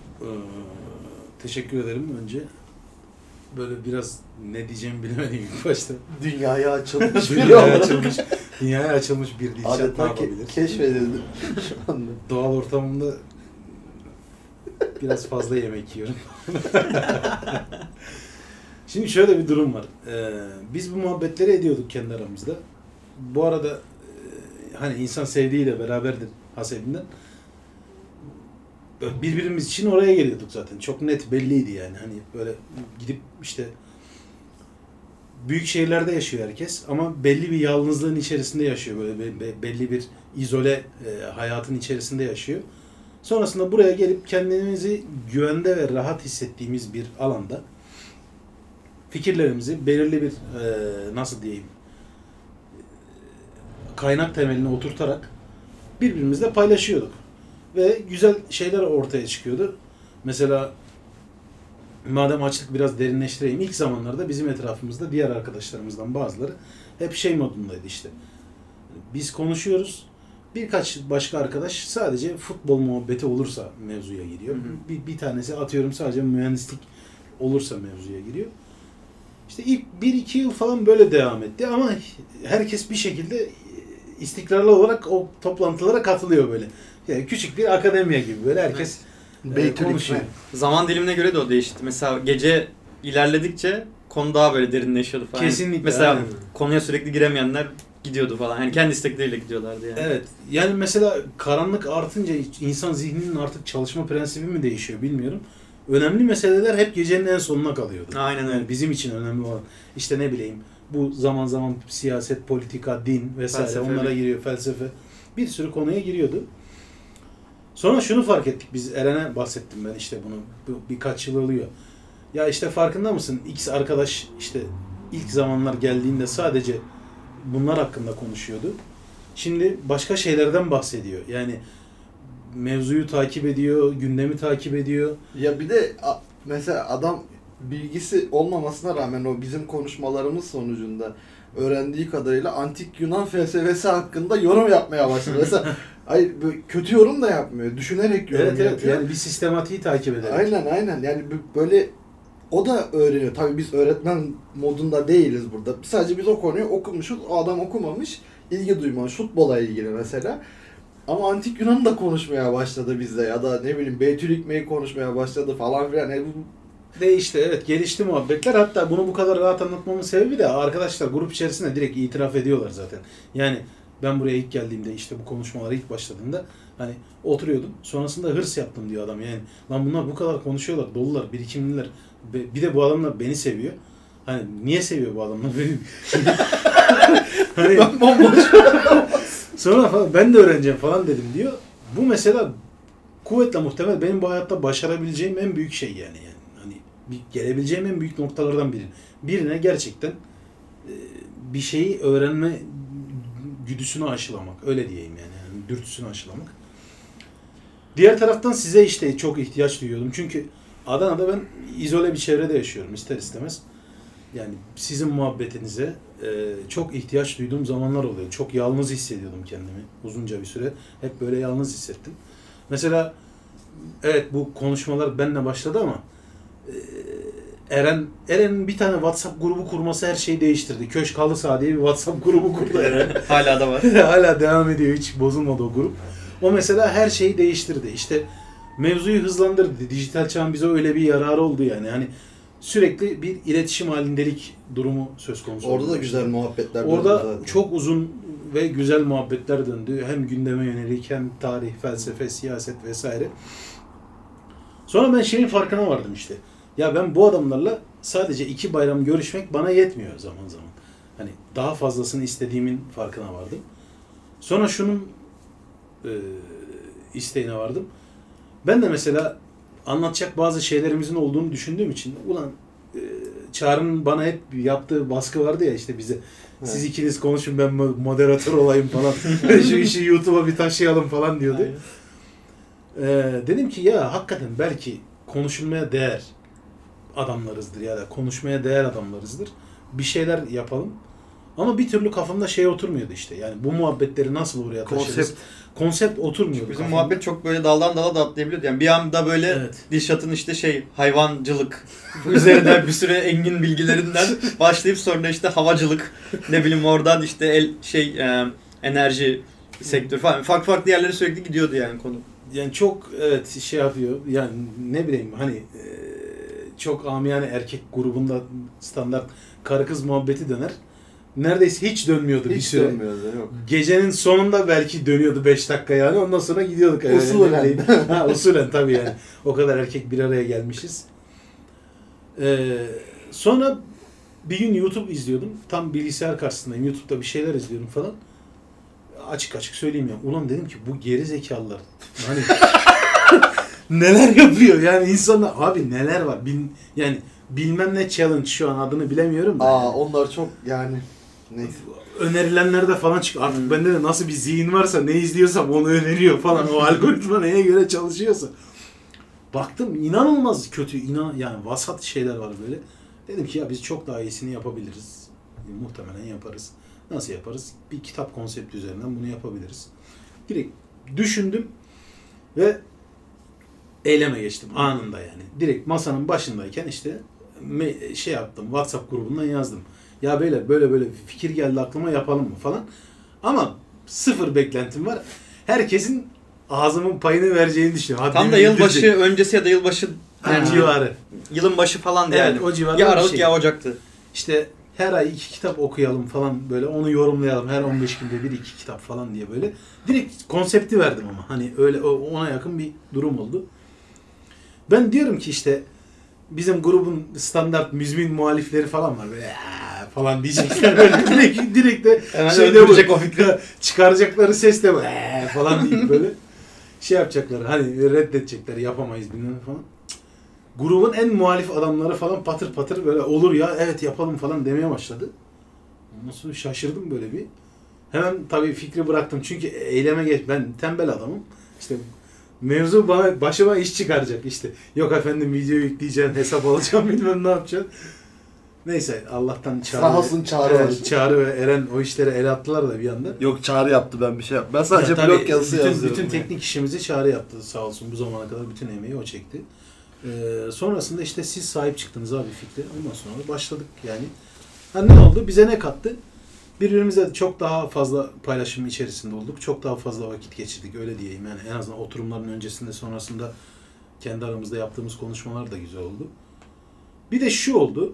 teşekkür ederim önce. Böyle biraz ne diyeceğimi bilemedim ilk başta. Dünyaya açılmış Dünyaya açılmış bir Dilşat ne adeta yapabilir? keşfedildi şu anda. Doğal ortamımda biraz fazla yemek yiyorum. Şimdi şöyle bir durum var. Biz bu muhabbetleri ediyorduk kendi aramızda. Bu arada hani insan sevdiğiyle beraberdir hasebinden. Birbirimiz için oraya geliyorduk zaten. Çok net belliydi yani. Hani böyle gidip işte büyük şehirlerde yaşıyor herkes ama belli bir yalnızlığın içerisinde yaşıyor. Böyle belli bir izole hayatın içerisinde yaşıyor. Sonrasında buraya gelip kendimizi güvende ve rahat hissettiğimiz bir alanda fikirlerimizi belirli bir nasıl diyeyim kaynak temeline oturtarak birbirimizle paylaşıyorduk. Ve güzel şeyler ortaya çıkıyordu. Mesela madem açlık biraz derinleştireyim. İlk zamanlarda bizim etrafımızda diğer arkadaşlarımızdan bazıları hep şey modundaydı işte. Biz konuşuyoruz. Birkaç başka arkadaş sadece futbol muhabbeti olursa mevzuya giriyor. Bir tanesi atıyorum sadece mühendislik olursa mevzuya giriyor. İşte ilk 1-2 yıl falan böyle devam etti ama herkes bir şekilde istikrarlı olarak o toplantılara katılıyor böyle. Yani küçük bir akademiya gibi böyle herkes konuşuyor. Zaman dilimine göre de o değişti. Mesela gece ilerledikçe konu daha böyle derinleşiyordu falan. Kesinlikle. Mesela aynen. konuya sürekli giremeyenler gidiyordu falan. Yani kendi istekleriyle gidiyorlardı yani. Evet. Yani mesela karanlık artınca insan zihninin artık çalışma prensibi mi değişiyor bilmiyorum. Önemli meseleler hep gecenin en sonuna kalıyordu. Aynen öyle. Yani bizim için önemli olan işte ne bileyim bu zaman zaman siyaset, politika, din vesaire Felsefe, onlara giriyor, felsefe. Bir sürü konuya giriyordu. Sonra şunu fark ettik biz, Eren'e bahsettim ben işte bunu birkaç yıl oluyor. Ya işte farkında mısın? X arkadaş işte ilk zamanlar geldiğinde sadece bunlar hakkında konuşuyordu. Şimdi başka şeylerden bahsediyor. Yani mevzuyu takip ediyor, gündemi takip ediyor. Ya bir de mesela adam bilgisi olmamasına rağmen o bizim konuşmalarımız sonucunda öğrendiği kadarıyla antik Yunan felsefesi hakkında yorum yapmaya başladı. Mesela böyle kötü yorum da yapmıyor. Düşünerek yorum Evet yapıyor. yani bir sistematiği takip ederek. Aynen. Yani böyle o da öğreniyor. Tabii biz öğretmen modunda değiliz burada. Sadece biz o konuyu okumuşuz. O adam okumamış. İlgi duymamış. Futbola ilgili mesela. Ama Antik Yunan da konuşmaya başladı bizde ya da ne bileyim Beytülikme'yi konuşmaya başladı falan filan. Yani Değişti, evet, gelişti muhabbetler. Hatta bunu bu kadar rahat anlatmamın sebebi de arkadaşlar grup içerisinde direkt itiraf ediyorlar zaten. Yani ben buraya ilk geldiğimde işte bu konuşmalara ilk başladığımda hani oturuyordum. Sonrasında hırs yaptım diyor adam yani. Lan bunlar bu kadar konuşuyorlar, dolular, birikimliler. Bir de bu adamlar beni seviyor. Hani niye seviyor bu adamlar beni? Hani ben bomboş. sonra falan ben de öğreneceğim falan dedim diyor. Bu mesela kuvvetle muhtemel benim bu hayatta başarabileceğim en büyük şey yani. Hani gelebileceğim en büyük noktalardan biri. Birine gerçekten bir şeyi öğrenme güdüsünü aşılamak. Öyle diyeyim yani dürtüsünü aşılamak. Diğer taraftan size işte çok ihtiyaç duyuyordum. Çünkü Adana'da ben izole bir çevrede yaşıyorum ister istemez. Yani sizin muhabbetinize çok ihtiyaç duyduğum zamanlar oluyor. Çok yalnız hissediyordum kendimi uzunca bir süre. Hep böyle yalnız hissettim. Mesela evet bu konuşmalar benimle başladı ama Eren'in bir tane WhatsApp grubu kurması her şeyi değiştirdi. Köşk Halı Saha diye bir WhatsApp grubu kurdu Eren. Hala da var. Hala devam ediyor. Hiç bozulmadı o grup. O mesela her şeyi değiştirdi. İşte mevzuyu hızlandırdı. Dijital çağın bize öyle bir yararı oldu yani. Hani sürekli bir iletişim halindelik durumu söz konusu. Orada da güzel muhabbetler döndü Orada zaten. çok uzun ve güzel muhabbetler döndü. Hem gündeme yönelik hem tarih, felsefe, siyaset vesaire. Sonra ben şeyin farkına vardım işte. Ya ben bu adamlarla sadece 2 bayram görüşmek bana yetmiyor zaman zaman. Hani daha fazlasını istediğimin farkına vardım. Sonra şunun isteğine vardım. Ben de mesela anlatacak bazı şeylerimizin olduğunu düşündüğüm için ulan Çağrı'nın bana hep yaptığı baskı vardı ya işte bize. Siz ikiniz konuşun ben moderatör olayım falan. Şu işi YouTube'a bir taşıyalım falan diyordu. Dedim ki ya hakikaten belki konuşulmaya değer adamlarızdır ya da konuşmaya değer adamlarızdır. Bir şeyler yapalım. Ama bir türlü kafamda şey oturmuyordu işte. Yani bu muhabbetleri nasıl oraya taşırız? Konsept oturmuyordu. Bizim muhabbet çok böyle daldan dala da atlayabiliyordu. Yani bir anda böyle Evet. Dilşat'ın işte hayvancılık üzerinden bir süre engin bilgilerinden başlayıp sonra işte havacılık, ne bileyim oradan işte enerji sektörü falan farklı yerlere sürekli gidiyordu yani konu. Yani çok evet şey yapıyor. Yani ne bileyim hani çok amiyane erkek grubunda standart karı kız muhabbeti döner. Neredeyse hiç dönmüyordu bir süre. Dönmüyordu, yok. Gecenin sonunda belki dönüyordu 5 dakika yani. Ondan sonra gidiyorduk. Usulen. Usulen tabii yani. O kadar erkek bir araya gelmişiz. Sonra bir gün YouTube izliyordum. Tam bilgisayar karşısındayım. YouTube'da bir şeyler izliyorum falan. Açık açık söyleyeyim ya. Ulan dedim ki bu geri zekalılar. Hani neler yapıyor yani insanlar. Abi neler var. Yani bilmem ne challenge şu an adını bilemiyorum da. Onlar çok yani neyse. Önerilenlerde falan çıkıyor. Artık bende de nasıl bir zihin varsa ne izliyorsam onu öneriyor falan. O algoritma neye göre çalışıyorsa. Baktım inanılmaz kötü, yani vasat şeyler var böyle. Dedim ki ya biz çok daha iyisini yapabiliriz. Muhtemelen yaparız. Nasıl yaparız? Bir kitap konsepti üzerinden bunu yapabiliriz. Direkt düşündüm ve eyleme geçtim anında yani. Direkt masanın başındayken işte şey yaptım, WhatsApp grubundan yazdım. Ya beyler böyle böyle fikir geldi aklıma, yapalım mı falan. Ama sıfır beklentim var. Herkesin ağzımın payını vereceğini düşünüyorum. Tam da yılbaşı öncesi ya da yılbaşı yani civarı. Yılın başı falan Evet, yani. o civarda Ya bir Aralık şey. ya Ocak'tı. İşte her ay 2 kitap okuyalım falan, böyle onu yorumlayalım. Her 15 günde 1-2 kitap falan diye böyle. Direkt konsepti verdim ama. Hani öyle ona yakın bir durum oldu. Ben diyorum ki işte bizim grubun standart müzmin muhalifleri falan var. Böyle falan diyecekler. Böyle direkt de Hemen şeyde öldürecek o fikri. Çıkaracakları ses de böyle falan deyip böyle şey yapacaklar. Hani reddedecekler, yapamayız bilmem falan. Grubun en muhalif adamları falan patır patır böyle olur ya evet yapalım falan demeye başladı. Ondan sonra şaşırdım böyle bir. Hemen tabii fikri bıraktım çünkü eyleme geç. Ben tembel adamım. İşte mevzu başıma iş çıkaracak işte. Yok efendim video yükleyeceksin, hesap alacağım bilmem ne yapacaksın. Neyse Allah'tan Sağ olsun Çağrı var. Çağrı ve Eren o işlere el attılar da bir anda. Yok Çağrı yaptı, ben bir şey yaptım. Ben sadece Ya blog tabii, yazısı yazıyorum. bütün teknik işimizi Çağrı yaptı sağ olsun, bu zamana kadar bütün emeği o çekti. Sonrasında işte siz sahip çıktınız abi fikre. Ondan sonra başladık yani. Ha, ne oldu? Bize ne kattı? Birbirimize çok daha fazla paylaşım içerisinde olduk. Çok daha fazla vakit geçirdik öyle diyeyim. Yani en azından oturumların öncesinde sonrasında kendi aramızda yaptığımız konuşmalar da güzel oldu. Bir de şu oldu.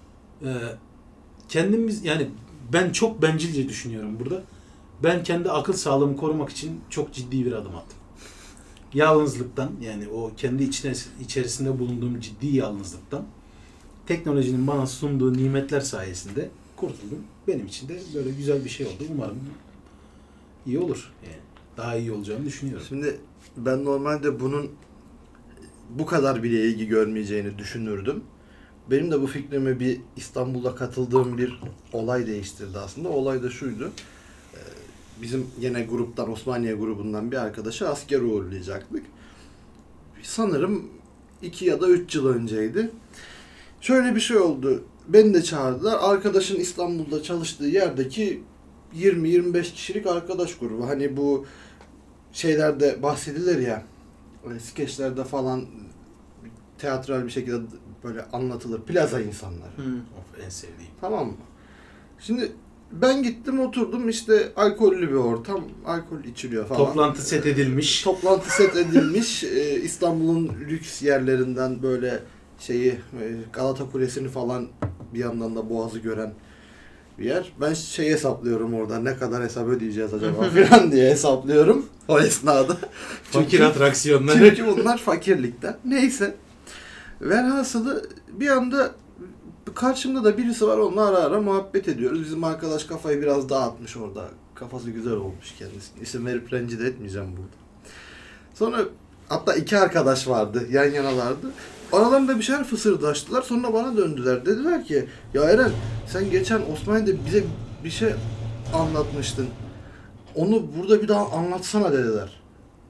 Kendimiz yani ben çok bencilce düşünüyorum burada. Ben kendi akıl sağlığımı korumak için çok ciddi bir adım attım. Yalnızlıktan, yani o kendi içerisinde bulunduğum ciddi yalnızlıktan, teknolojinin bana sunduğu nimetler sayesinde kurtuldum. Benim için de böyle güzel bir şey oldu. Umarım iyi olur. Yani daha iyi olacağını düşünüyorum. Şimdi ben normalde bunun bu kadar bile ilgi görmeyeceğini düşünürdüm. Benim de bu fikrimi bir İstanbul'da katıldığım bir olay değiştirdi aslında. Olay da şuydu. Bizim yine gruptan, Osmaniye grubundan bir arkadaşı asker uğurlayacaktık. Sanırım 2 ya da 3 yıl önceydi. Şöyle bir şey oldu. Beni de çağırdılar. Arkadaşın İstanbul'da çalıştığı yerdeki 20-25 kişilik arkadaş grubu. Hani bu şeylerde bahsedilir ya, skeçlerde falan teatral bir şekilde böyle anlatılır. Plaza insanları. Of, en sevdiğim. Tamam mı? Şimdi ben gittim oturdum, işte alkollü bir ortam. Alkol içiliyor falan. Toplantı set edilmiş. Toplantı set edilmiş. İstanbul'un lüks yerlerinden böyle Galata Kulesi'ni falan, bir yandan da Boğaz'ı gören bir yer. Ben hesaplıyorum orada, ne kadar hesap ödeyeceğiz acaba falan diye hesaplıyorum o esnada. Fakir atraksiyonları. Çünkü bunlar fakirlikten. Neyse. Velhasılı bir anda karşımda da birisi var, onunla ara ara muhabbet ediyoruz. Bizim arkadaş kafayı biraz dağıtmış orada. Kafası güzel olmuş kendisi. İsim verip rencide etmeyeceğim burada. Sonra hatta 2 arkadaş vardı, yan yanalardı. Aralarında bir şeyler fısırdaştılar. Sonra bana döndüler. Dediler ki ya Eren, sen geçen Osmanlı'da bize bir şey anlatmıştın. Onu burada bir daha anlatsana dediler.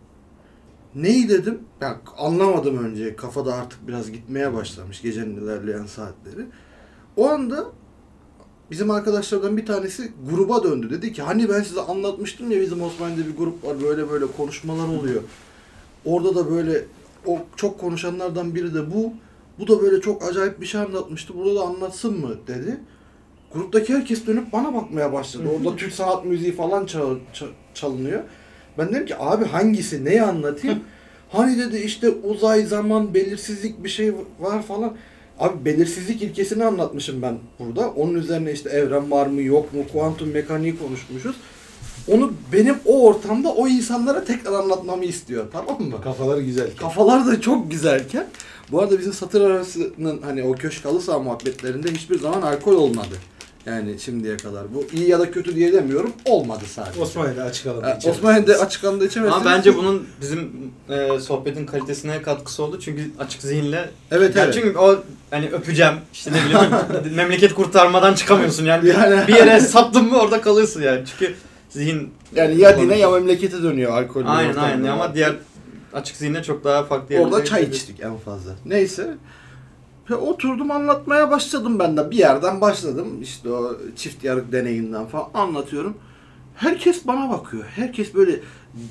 Neyi dedim? Yani anlamadım önce. Kafada artık biraz gitmeye başlamış gecenin ilerleyen saatleri. O anda bizim arkadaşlardan bir tanesi gruba döndü. Dedi ki hani ben size anlatmıştım ya, bizim Osmanlı'da bir grup var, böyle böyle konuşmalar oluyor. Orada da böyle o çok konuşanlardan biri de bu. Bu da böyle çok acayip bir şey anlatmıştı. Burada da anlatsın mı dedi. Gruptaki herkes dönüp bana bakmaya başladı. Orada Türk sanat müziği falan çalınıyor. Ben dedim ki abi hangisi, neyi anlatayım? Hani dedi işte uzay, zaman, belirsizlik bir şey var falan. Abi belirsizlik ilkesini anlatmışım ben burada. Onun üzerine işte evren var mı yok mu, kuantum mekaniği konuşmuşuz. Onu benim o ortamda o insanlara tekrar anlatmamı istiyor, tamam mı? Kafalar güzel. Kafalar da çok güzelken. Bu arada bizim satır arasının hani o köşk halı saha muhabbetlerinde hiçbir zaman alkol olmadı. Yani şimdiye kadar. Bu iyi ya da kötü diye demiyorum. Olmadı sadece. Osmanlı'da açık alanda içemezsiniz. Osmanlı'da açık alanda içemezsiniz. Ama bence bunun bizim sohbetin kalitesine katkısı oldu. Çünkü açık zihinle. Evet, yani evet. çünkü o hani öpeceğim işte ne bileyim memleket kurtarmadan çıkamıyorsun yani. Yani- Bir yere saptın mı orada kalıyorsun yani. Çünkü zihin Yani ya dine ya memlekete dönüyor alkol. aynen ama diğer açık zihne çok daha farklı yerlere Orada çay gidebilir. içtik en fazla. Neyse. Ve oturdum anlatmaya başladım ben de. Bir yerden başladım. İşte o çift yarık deneyinden falan anlatıyorum. Herkes bana bakıyor. Herkes böyle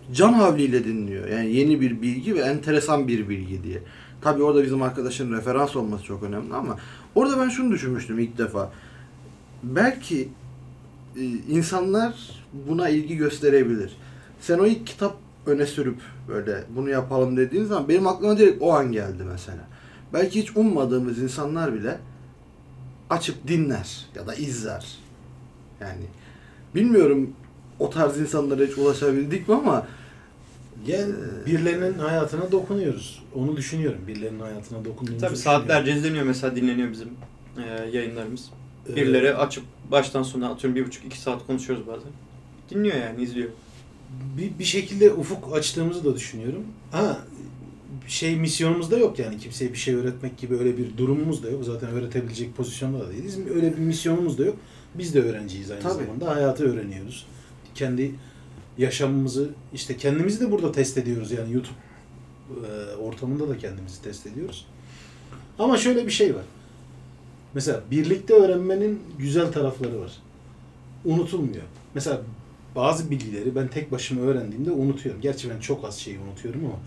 can havliyle dinliyor. Yani yeni bir bilgi ve enteresan bir bilgi diye. Tabii orada bizim arkadaşın referans olması çok önemli ama orada ben şunu düşünmüştüm ilk defa. Belki insanlar buna ilgi gösterebilir. Sen o ilk kitap öne sürüp böyle bunu yapalım dediğin zaman benim aklıma direkt o an geldi mesela. Belki hiç ummadığımız insanlar bile açıp dinler ya da izler. Yani bilmiyorum o tarz insanlara hiç ulaşabildik mi ama Yani birilerinin hayatına dokunuyoruz. Onu düşünüyorum. Birilerinin hayatına dokunduğumuzu Tabii düşünüyorum. saatlerce izleniyor mesela, dinleniyor bizim yayınlarımız. Birileri açıp baştan sona atıyorum 1,5-2 saat konuşuyoruz bazen. Dinliyor yani, izliyor. Bir şekilde ufuk açtığımızı da düşünüyorum. Misyonumuz da yok yani, kimseye bir şey öğretmek gibi öyle bir durumumuz da yok. Zaten öğretebilecek pozisyonda da değiliz. Öyle bir misyonumuz da yok. Biz de öğrenciyiz aynı Tabii. zamanda. Hayatı öğreniyoruz. Kendi yaşamımızı, işte kendimizi de burada test ediyoruz. Yani YouTube ortamında da kendimizi test ediyoruz. Ama şöyle bir şey var. Mesela birlikte öğrenmenin güzel tarafları var. Unutulmuyor. Mesela bazı bilgileri ben tek başıma öğrendiğimde unutuyorum. Gerçi ben çok az şeyi unutuyorum ama.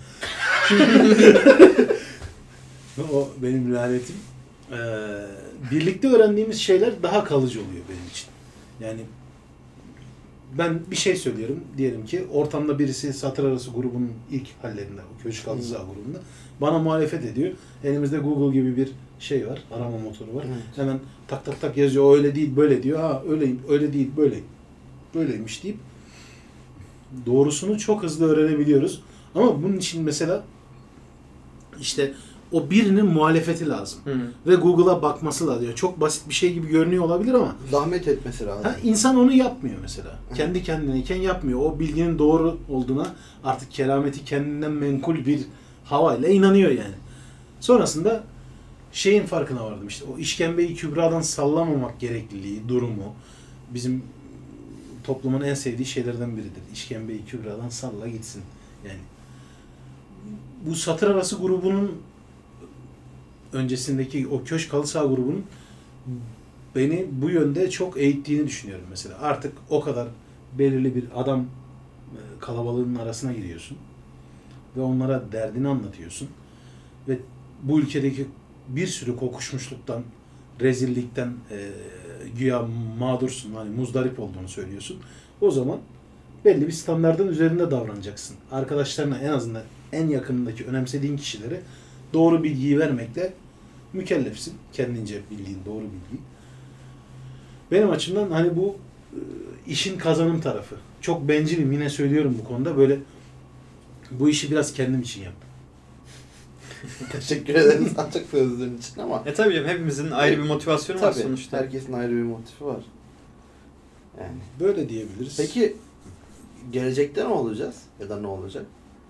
O benim lanetim. Birlikte öğrendiğimiz şeyler daha kalıcı oluyor benim için. Yani ben bir şey söylüyorum. Diyelim ki ortamda birisi satır arası grubunun ilk hallerinde, o Köşk Altıza grubunda bana muhalefet ediyor. Elimizde Google gibi bir şey var. Arama motoru var. Evet. Hemen tak tak tak yazıyor. O öyle değil, böyle diyor. Ha öyle değil, böyleymiş deyip doğrusunu çok hızlı öğrenebiliyoruz. Ama bunun için mesela işte o birinin muhalefeti lazım. Ve Google'a bakması lazım. Yani çok basit bir şey gibi görünüyor olabilir ama zahmet etmesi lazım. insan onu yapmıyor mesela. Kendi kendineyken yapmıyor. O bilginin doğru olduğuna artık kerameti kendinden menkul bir havayla inanıyor yani. Sonrasında şeyin farkına vardım, işte o işkembeyi kübradan sallamamak gerekliliği, durumu bizim toplumun en sevdiği şeylerden biridir. İşkembeyi kübradan salla gitsin. Yani bu satır arası grubunun öncesindeki o Köşk Halı Saha grubunun beni bu yönde çok eğittiğini düşünüyorum mesela. Artık o kadar belirli bir adam kalabalığının arasına giriyorsun ve onlara derdini anlatıyorsun ve bu ülkedeki bir sürü kokuşmuşluktan, rezillikten güya mağdursun, hani muzdarip olduğunu söylüyorsun. O zaman belli bir standardın üzerinde davranacaksın. Arkadaşlarına, en azından en yakınındaki önemsediğin kişilere doğru bilgiyi vermekle mükellefsin. Kendince bildiğin doğru bilgiyi. Benim açımdan hani bu işin kazanım tarafı. Çok bencilim, yine söylüyorum bu konuda. Böyle bu işi biraz kendim için yaptım. Teşekkür ederiz açık sözlüğün için ama. Tabii canım, hepimizin ayrı bir motivasyonu var Tabii, sonuçta. herkesin ayrı bir motifi var. Yani. Böyle diyebiliriz. Peki gelecekte ne olacağız? Ya da ne olacak?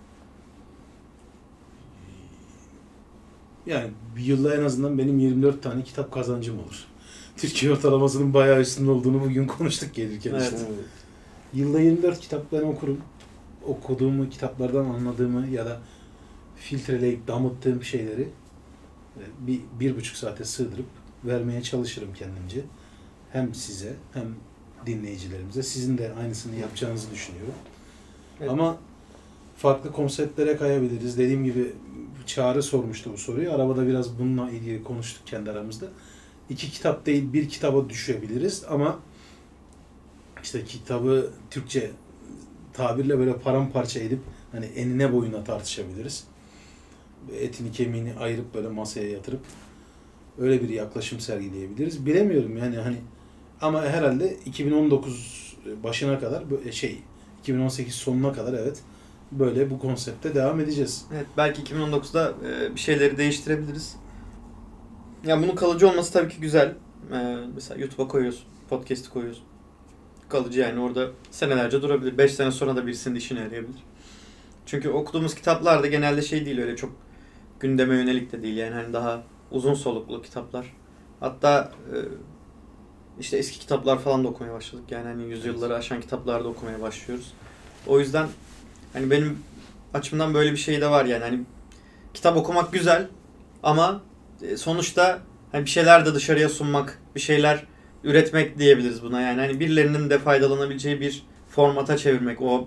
Yani bir yılda en azından benim 24 tane kitap kazancım olur. Türkiye ortalamasının bayağı üstünde olduğunu bugün konuştuk gelirken. Evet. işte. Yılda 24 kitap ben okurum. Okuduğumu, kitaplardan anladığımı ya da filtreleyip damıttığım şeyleri 1,5 saate sığdırıp vermeye çalışırım kendimce. Hem size hem dinleyicilerimize. Sizin de aynısını yapacağınızı düşünüyorum. Evet. Ama farklı konseptlere kayabiliriz. Dediğim gibi Çağrı sormuştu bu soruyu. Arabada biraz bununla ilgili konuştuk kendi aramızda. 2 kitap değil, 1 kitaba düşebiliriz ama işte kitabı Türkçe tabirle böyle paramparça edip hani enine boyuna tartışabiliriz. Etini kemiğini ayırıp böyle masaya yatırıp öyle bir yaklaşım sergileyebiliriz. Bilemiyorum yani hani, ama herhalde 2019 başına kadar 2018 sonuna kadar evet böyle bu konsepte devam edeceğiz. Evet, belki 2019'da bir şeyleri değiştirebiliriz. Ya bunun kalıcı olması tabii ki güzel. Mesela YouTube'a koyuyorsun, podcast'i koyuyorsun. Kalıcı yani, orada senelerce durabilir. 5 sene sonra da birisinin işine yarayabilir. Çünkü okuduğumuz kitaplar da genelde şey değil, öyle çok gündeme yönelik de değil. Yani hani daha uzun soluklu kitaplar. Hatta işte eski kitaplar falan da okumaya başladık. Yani hani yüzyılları aşan kitaplar da okumaya başlıyoruz. O yüzden hani benim açımdan böyle bir şey de var yani. Hani kitap okumak güzel ama sonuçta hani bir şeyler de dışarıya sunmak, bir şeyler üretmek diyebiliriz buna. Yani hani birilerinin de faydalanabileceği bir formata çevirmek, o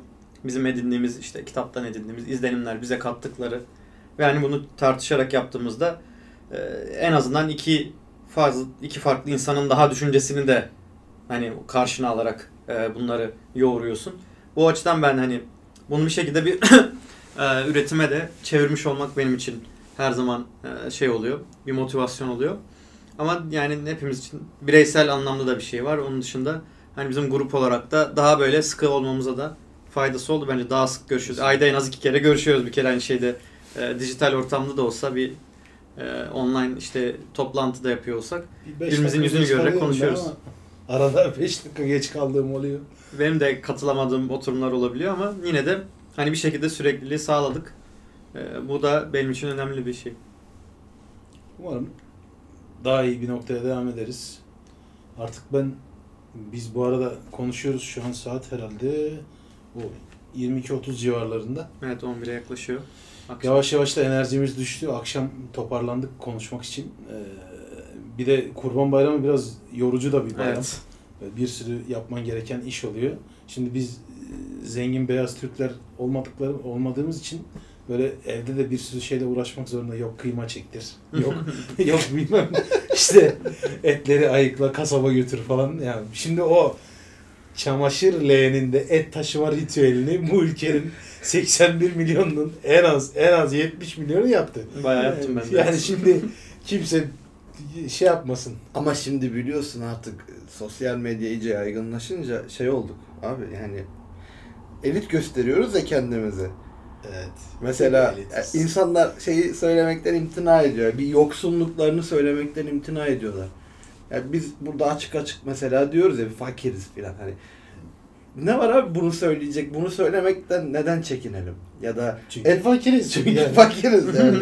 bizim edindiğimiz, işte kitaptan edindiğimiz izlenimler, bize kattıkları ve hani bunu tartışarak yaptığımızda en azından iki farklı insanın daha düşüncesini de hani karşına alarak bunları yoğuruyorsun. Bu açıdan ben hani bunu bir şekilde bir üretime de çevirmiş olmak benim için her zaman şey oluyor, bir motivasyon oluyor. Ama yani hepimiz için bireysel anlamda da bir şey var. Onun dışında hani bizim grup olarak da daha böyle sıkı olmamıza da faydası oldu bence. Daha sık görüşüyoruz. Ayda en az 2 kere görüşüyoruz bir kere aynı şeyde. Dijital ortamda da olsa bir online işte toplantıda yapıyor olsak birbirimizin yüzünü görerek konuşuyoruz. Arada 5 dakika geç kaldığım oluyor. Benim de katılamadığım oturumlar olabiliyor ama yine de hani bir şekilde sürekliliği sağladık. Bu da benim için önemli bir şey. Umarım daha iyi bir noktaya devam ederiz. Artık biz bu arada konuşuyoruz, şu an saat herhalde o 22.30 civarlarında. Evet, 11'e yaklaşıyor. Akşam. Yavaş yavaş da enerjimiz düştü. Akşam toparlandık konuşmak için. Bir de Kurban Bayramı biraz yorucu da bir bayram. Evet. Bir sürü yapman gereken iş oluyor. Şimdi biz zengin beyaz Türkler olmadığımız için böyle evde de bir sürü şeyle uğraşmak zorunda. Yok kıyma çektir. Yok yok bilmem. İşte etleri ayıkla, kasaba götür falan. Yani şimdi o çamaşır leğeninde et taşıma ritüelini bu ülkenin 81 milyonunun en az 70 milyonu yaptı. Bayağı yaptım ben de. Yani şimdi kimse şey yapmasın. Ama şimdi biliyorsun artık sosyal medya iyice yaygınlaşınca şey olduk abi, yani elit gösteriyoruz ya kendimizi. Evet. Mesela insanlar şeyi söylemekten imtina ediyor. Bir yoksunluklarını söylemekten imtina ediyorlar. Yani biz burada açık açık mesela diyoruz ya, bir fakiriz filan, hani ne var abi bunu söyleyecek, bunu söylemekten neden çekinelim? Ya da Çünkü fakiriz. çünkü fakiriz yani.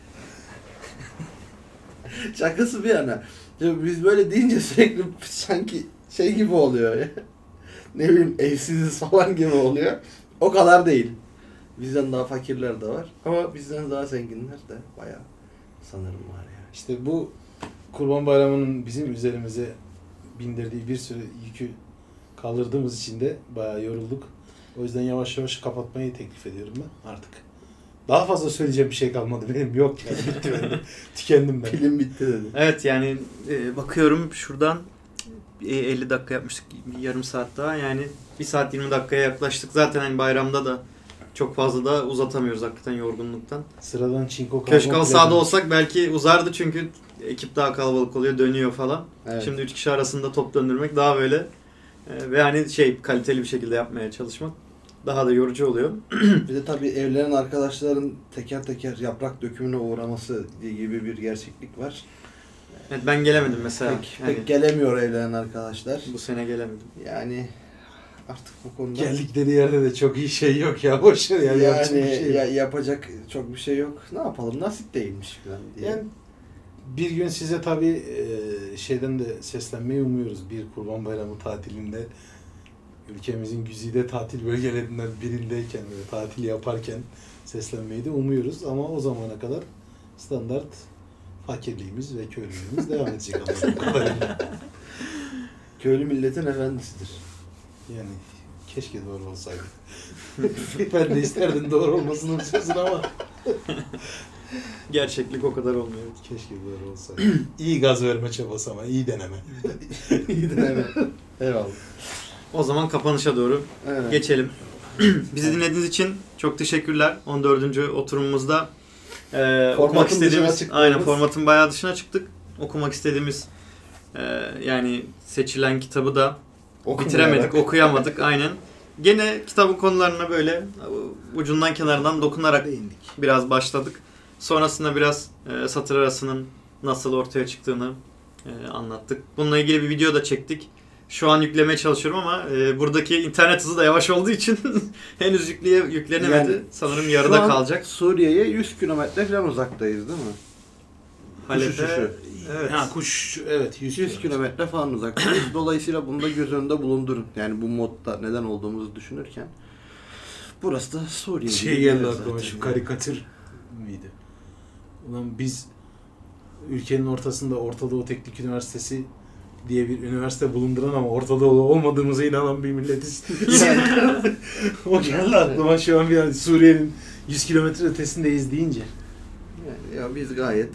Şakası bir yana. Biz böyle deyince sürekli sanki şey gibi oluyor ya. Ne bileyim, evsiziz falan gibi oluyor. O kadar değil. Bizden daha fakirler de var. Ama bizden daha zenginler de bayağı sanırım var ya. İşte bu Kurban Bayramı'nın bizim üzerimize bindirdiği bir sürü yükü kaldırdığımız için de bayağı yorulduk. O yüzden yavaş yavaş kapatmayı teklif ediyorum ben artık. Daha fazla söyleyeceğim bir şey kalmadı benim. Yok yani, bitti benim. Tükendim ben. Pilim bitti dedi. Evet yani bakıyorum şuradan 50 dakika yapmıştık, yarım saat daha, yani 1 saat 20 dakikaya yaklaştık. Zaten hani bayramda da çok fazla da uzatamıyoruz hakikaten yorgunluktan. Sıradan çinko Köşk halı sahada olsak belki uzardı çünkü ekip daha kalabalık oluyor, dönüyor falan. Evet. Şimdi 3 kişi arasında top döndürmek daha böyle ve hani kaliteli bir şekilde yapmaya çalışmak daha da yorucu oluyor. Bir de tabii evlenen arkadaşların teker teker yaprak dökümüne uğraması gibi bir gerçeklik var. Evet, ben gelemedim mesela. Pek gelemiyor evlenen arkadaşlar. Bu sene gelemedim. Yani artık bu konuda... Geldikleri yerde de çok iyi şey yok ya. Boşver ya. yapacak bir şey yok. Yapacak çok bir şey yok. Ne yapalım? Nasip değilmiş falan diye. Yani bir gün size tabii şeyden de seslenmeyi umuyoruz. Bir Kurban Bayramı tatilinde ülkemizin güzide tatil bölgelerinden birindeyken ve tatil yaparken seslenmeyi de umuyoruz. Ama o zamana kadar standart fakirliğimiz ve köylülüğümüz devam edecek anladığım kadarıyla. Köylü milletin efendisidir. Yani keşke doğru olsaydı. Ben de isterdim doğru olmasını sözün ama Gerçeklik o kadar olmuyor. keşke doğru olsaydı. İyi gaz verme çabası ama iyi deneme. İyi deneme. Eyvallah. O zaman kapanışa doğru Evet. geçelim. Bizi dinlediğiniz için çok teşekkürler. 14. oturumumuzda okumak istediğimiz, aynen formatın bayağı dışına çıktık. Okumak istediğimiz yani seçilen kitabı da bitiremedik, okuyamadık aynen. Gene kitabın konularına böyle ucundan kenarından dokunarak Değindik. biraz başladık. Sonrasında biraz satır arasının nasıl ortaya çıktığını anlattık. Bununla ilgili bir video da çektik. Şu an yüklemeye çalışıyorum ama buradaki internet hızı da yavaş olduğu için henüz yüklenemedi. Yani sanırım yarıda kalacak. Suriye'ye 100 kilometre falan uzaktayız değil mi? Halep'e evet. Ha kuş evet 100 kilometre falan uzaktayız. Dolayısıyla bunu da göz önünde bulundurun. Yani bu modda neden olduğumuzu düşünürken. Burası da Suriye. Şey geldi aklıma, şu karikatür miydi? Ulan biz ülkenin ortasında Orta Doğu Teknik Üniversitesi diye bir üniversite bulunduran ama Orta Doğu olmadığımıza inanan bir milletiz. O geldi aklıma şu an, bir Suriye'nin 100 kilometre ötesindeyiz deyince. Yani ya biz gayet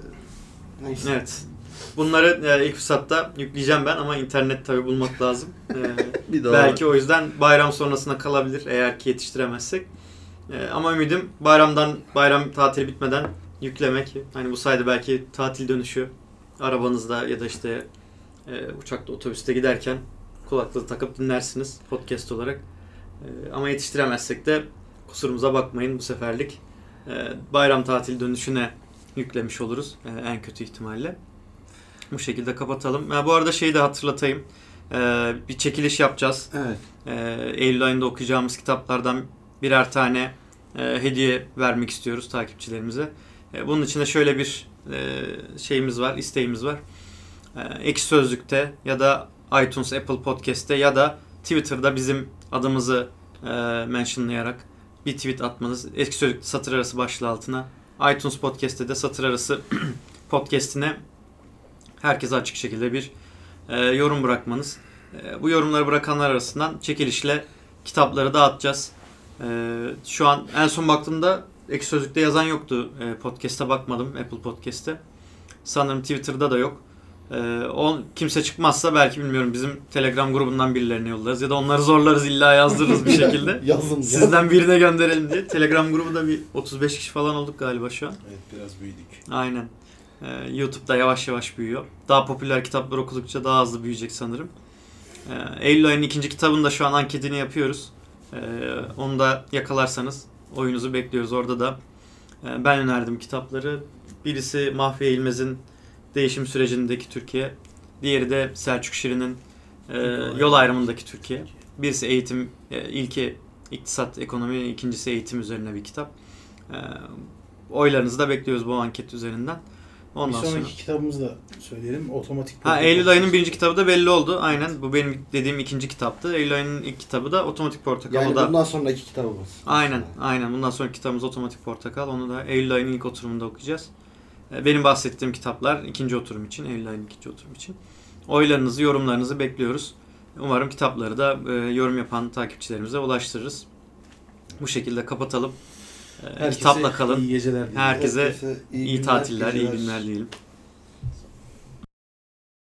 neyse. Evet. Bunları ilk fırsatta yükleyeceğim ben ama internet tabii bulmak lazım. Bir daha Belki o yüzden bayram sonrasına kalabilir eğer ki yetiştiremezsek. Ama ümidim bayram tatili bitmeden yüklemek. Hani bu sayede belki tatil dönüşü arabanızda ya da işte uçakta, otobüste giderken kulaklığı takıp dinlersiniz podcast olarak. Ama yetiştiremezsek de kusurumuza bakmayın bu seferlik. Bayram tatil dönüşüne yüklemiş oluruz en kötü ihtimalle. Bu şekilde kapatalım. Bu arada şeyi de hatırlatayım. Bir çekiliş yapacağız. Evet. Eylül ayında okuyacağımız kitaplardan birer tane hediye vermek istiyoruz takipçilerimize. Bunun için de şöyle bir şeyimiz var, isteğimiz var. Ekşi Sözlük'te ya da iTunes, Apple Podcast'te ya da Twitter'da bizim adımızı mentionlayarak bir tweet atmanız. Ekşi Sözlük'te satır arası başlığı altına. iTunes Podcast'te de satır arası podcast'ine herkese açık şekilde bir yorum bırakmanız. Bu yorumları bırakanlar arasından çekilişle kitapları dağıtacağız. Şu an en son baktığımda Ekşi Sözlük'te yazan yoktu. Podcast'a bakmadım, Apple Podcast'te. Sanırım Twitter'da da yok. Kimse çıkmazsa belki bilmiyorum bizim Telegram grubundan birilerine yollarız ya da onları zorlarız, illa yazdırırız bir şekilde. Yazın. Sizden birine gönderelim diye. Telegram grubu da bir 35 kişi falan olduk galiba şu an. Evet, biraz büyüdük. Aynen. YouTube'da yavaş yavaş büyüyor. Daha popüler kitaplar okudukça daha hızlı büyüyecek sanırım. Eylül ayının 2. kitabını da şu an anketini yapıyoruz. Onu da yakalarsanız oyunuzu bekliyoruz. Orada da ben önerdim kitapları. Birisi Mahfiye İlmez'in Değişim Sürecindeki Türkiye. Diğeri de Selçuk Şirin'in Yol Ayrımındaki Türkiye. Birisi eğitim, ilki iktisat, ekonomi, ikincisi eğitim üzerine bir kitap. Oylarınızı da bekliyoruz bu anket üzerinden. Ondan bir sonraki sonra kitabımızı da söyleyelim. Otomatik Eylül ayının 1. kitabı da belli oldu. Aynen. Bu benim dediğim 2. kitaptı. Eylül ayının ilk kitabı da Otomatik Portakal. Yani O da bundan sonraki kitabımız. Aynen. Bundan sonraki kitabımız Otomatik Portakal. Onu da Eylül ayının ilk oturumunda okuyacağız. Benim bahsettiğim kitaplar 2. oturum için. Eylül ayının 2. oturum için. Oylarınızı, yorumlarınızı bekliyoruz. Umarım kitapları da yorum yapan takipçilerimize ulaştırırız. Bu şekilde kapatalım. Kitapla kalın. İyi geceler dilerim. Herkese iyi tatiller, iyi geceler. günler diyelim.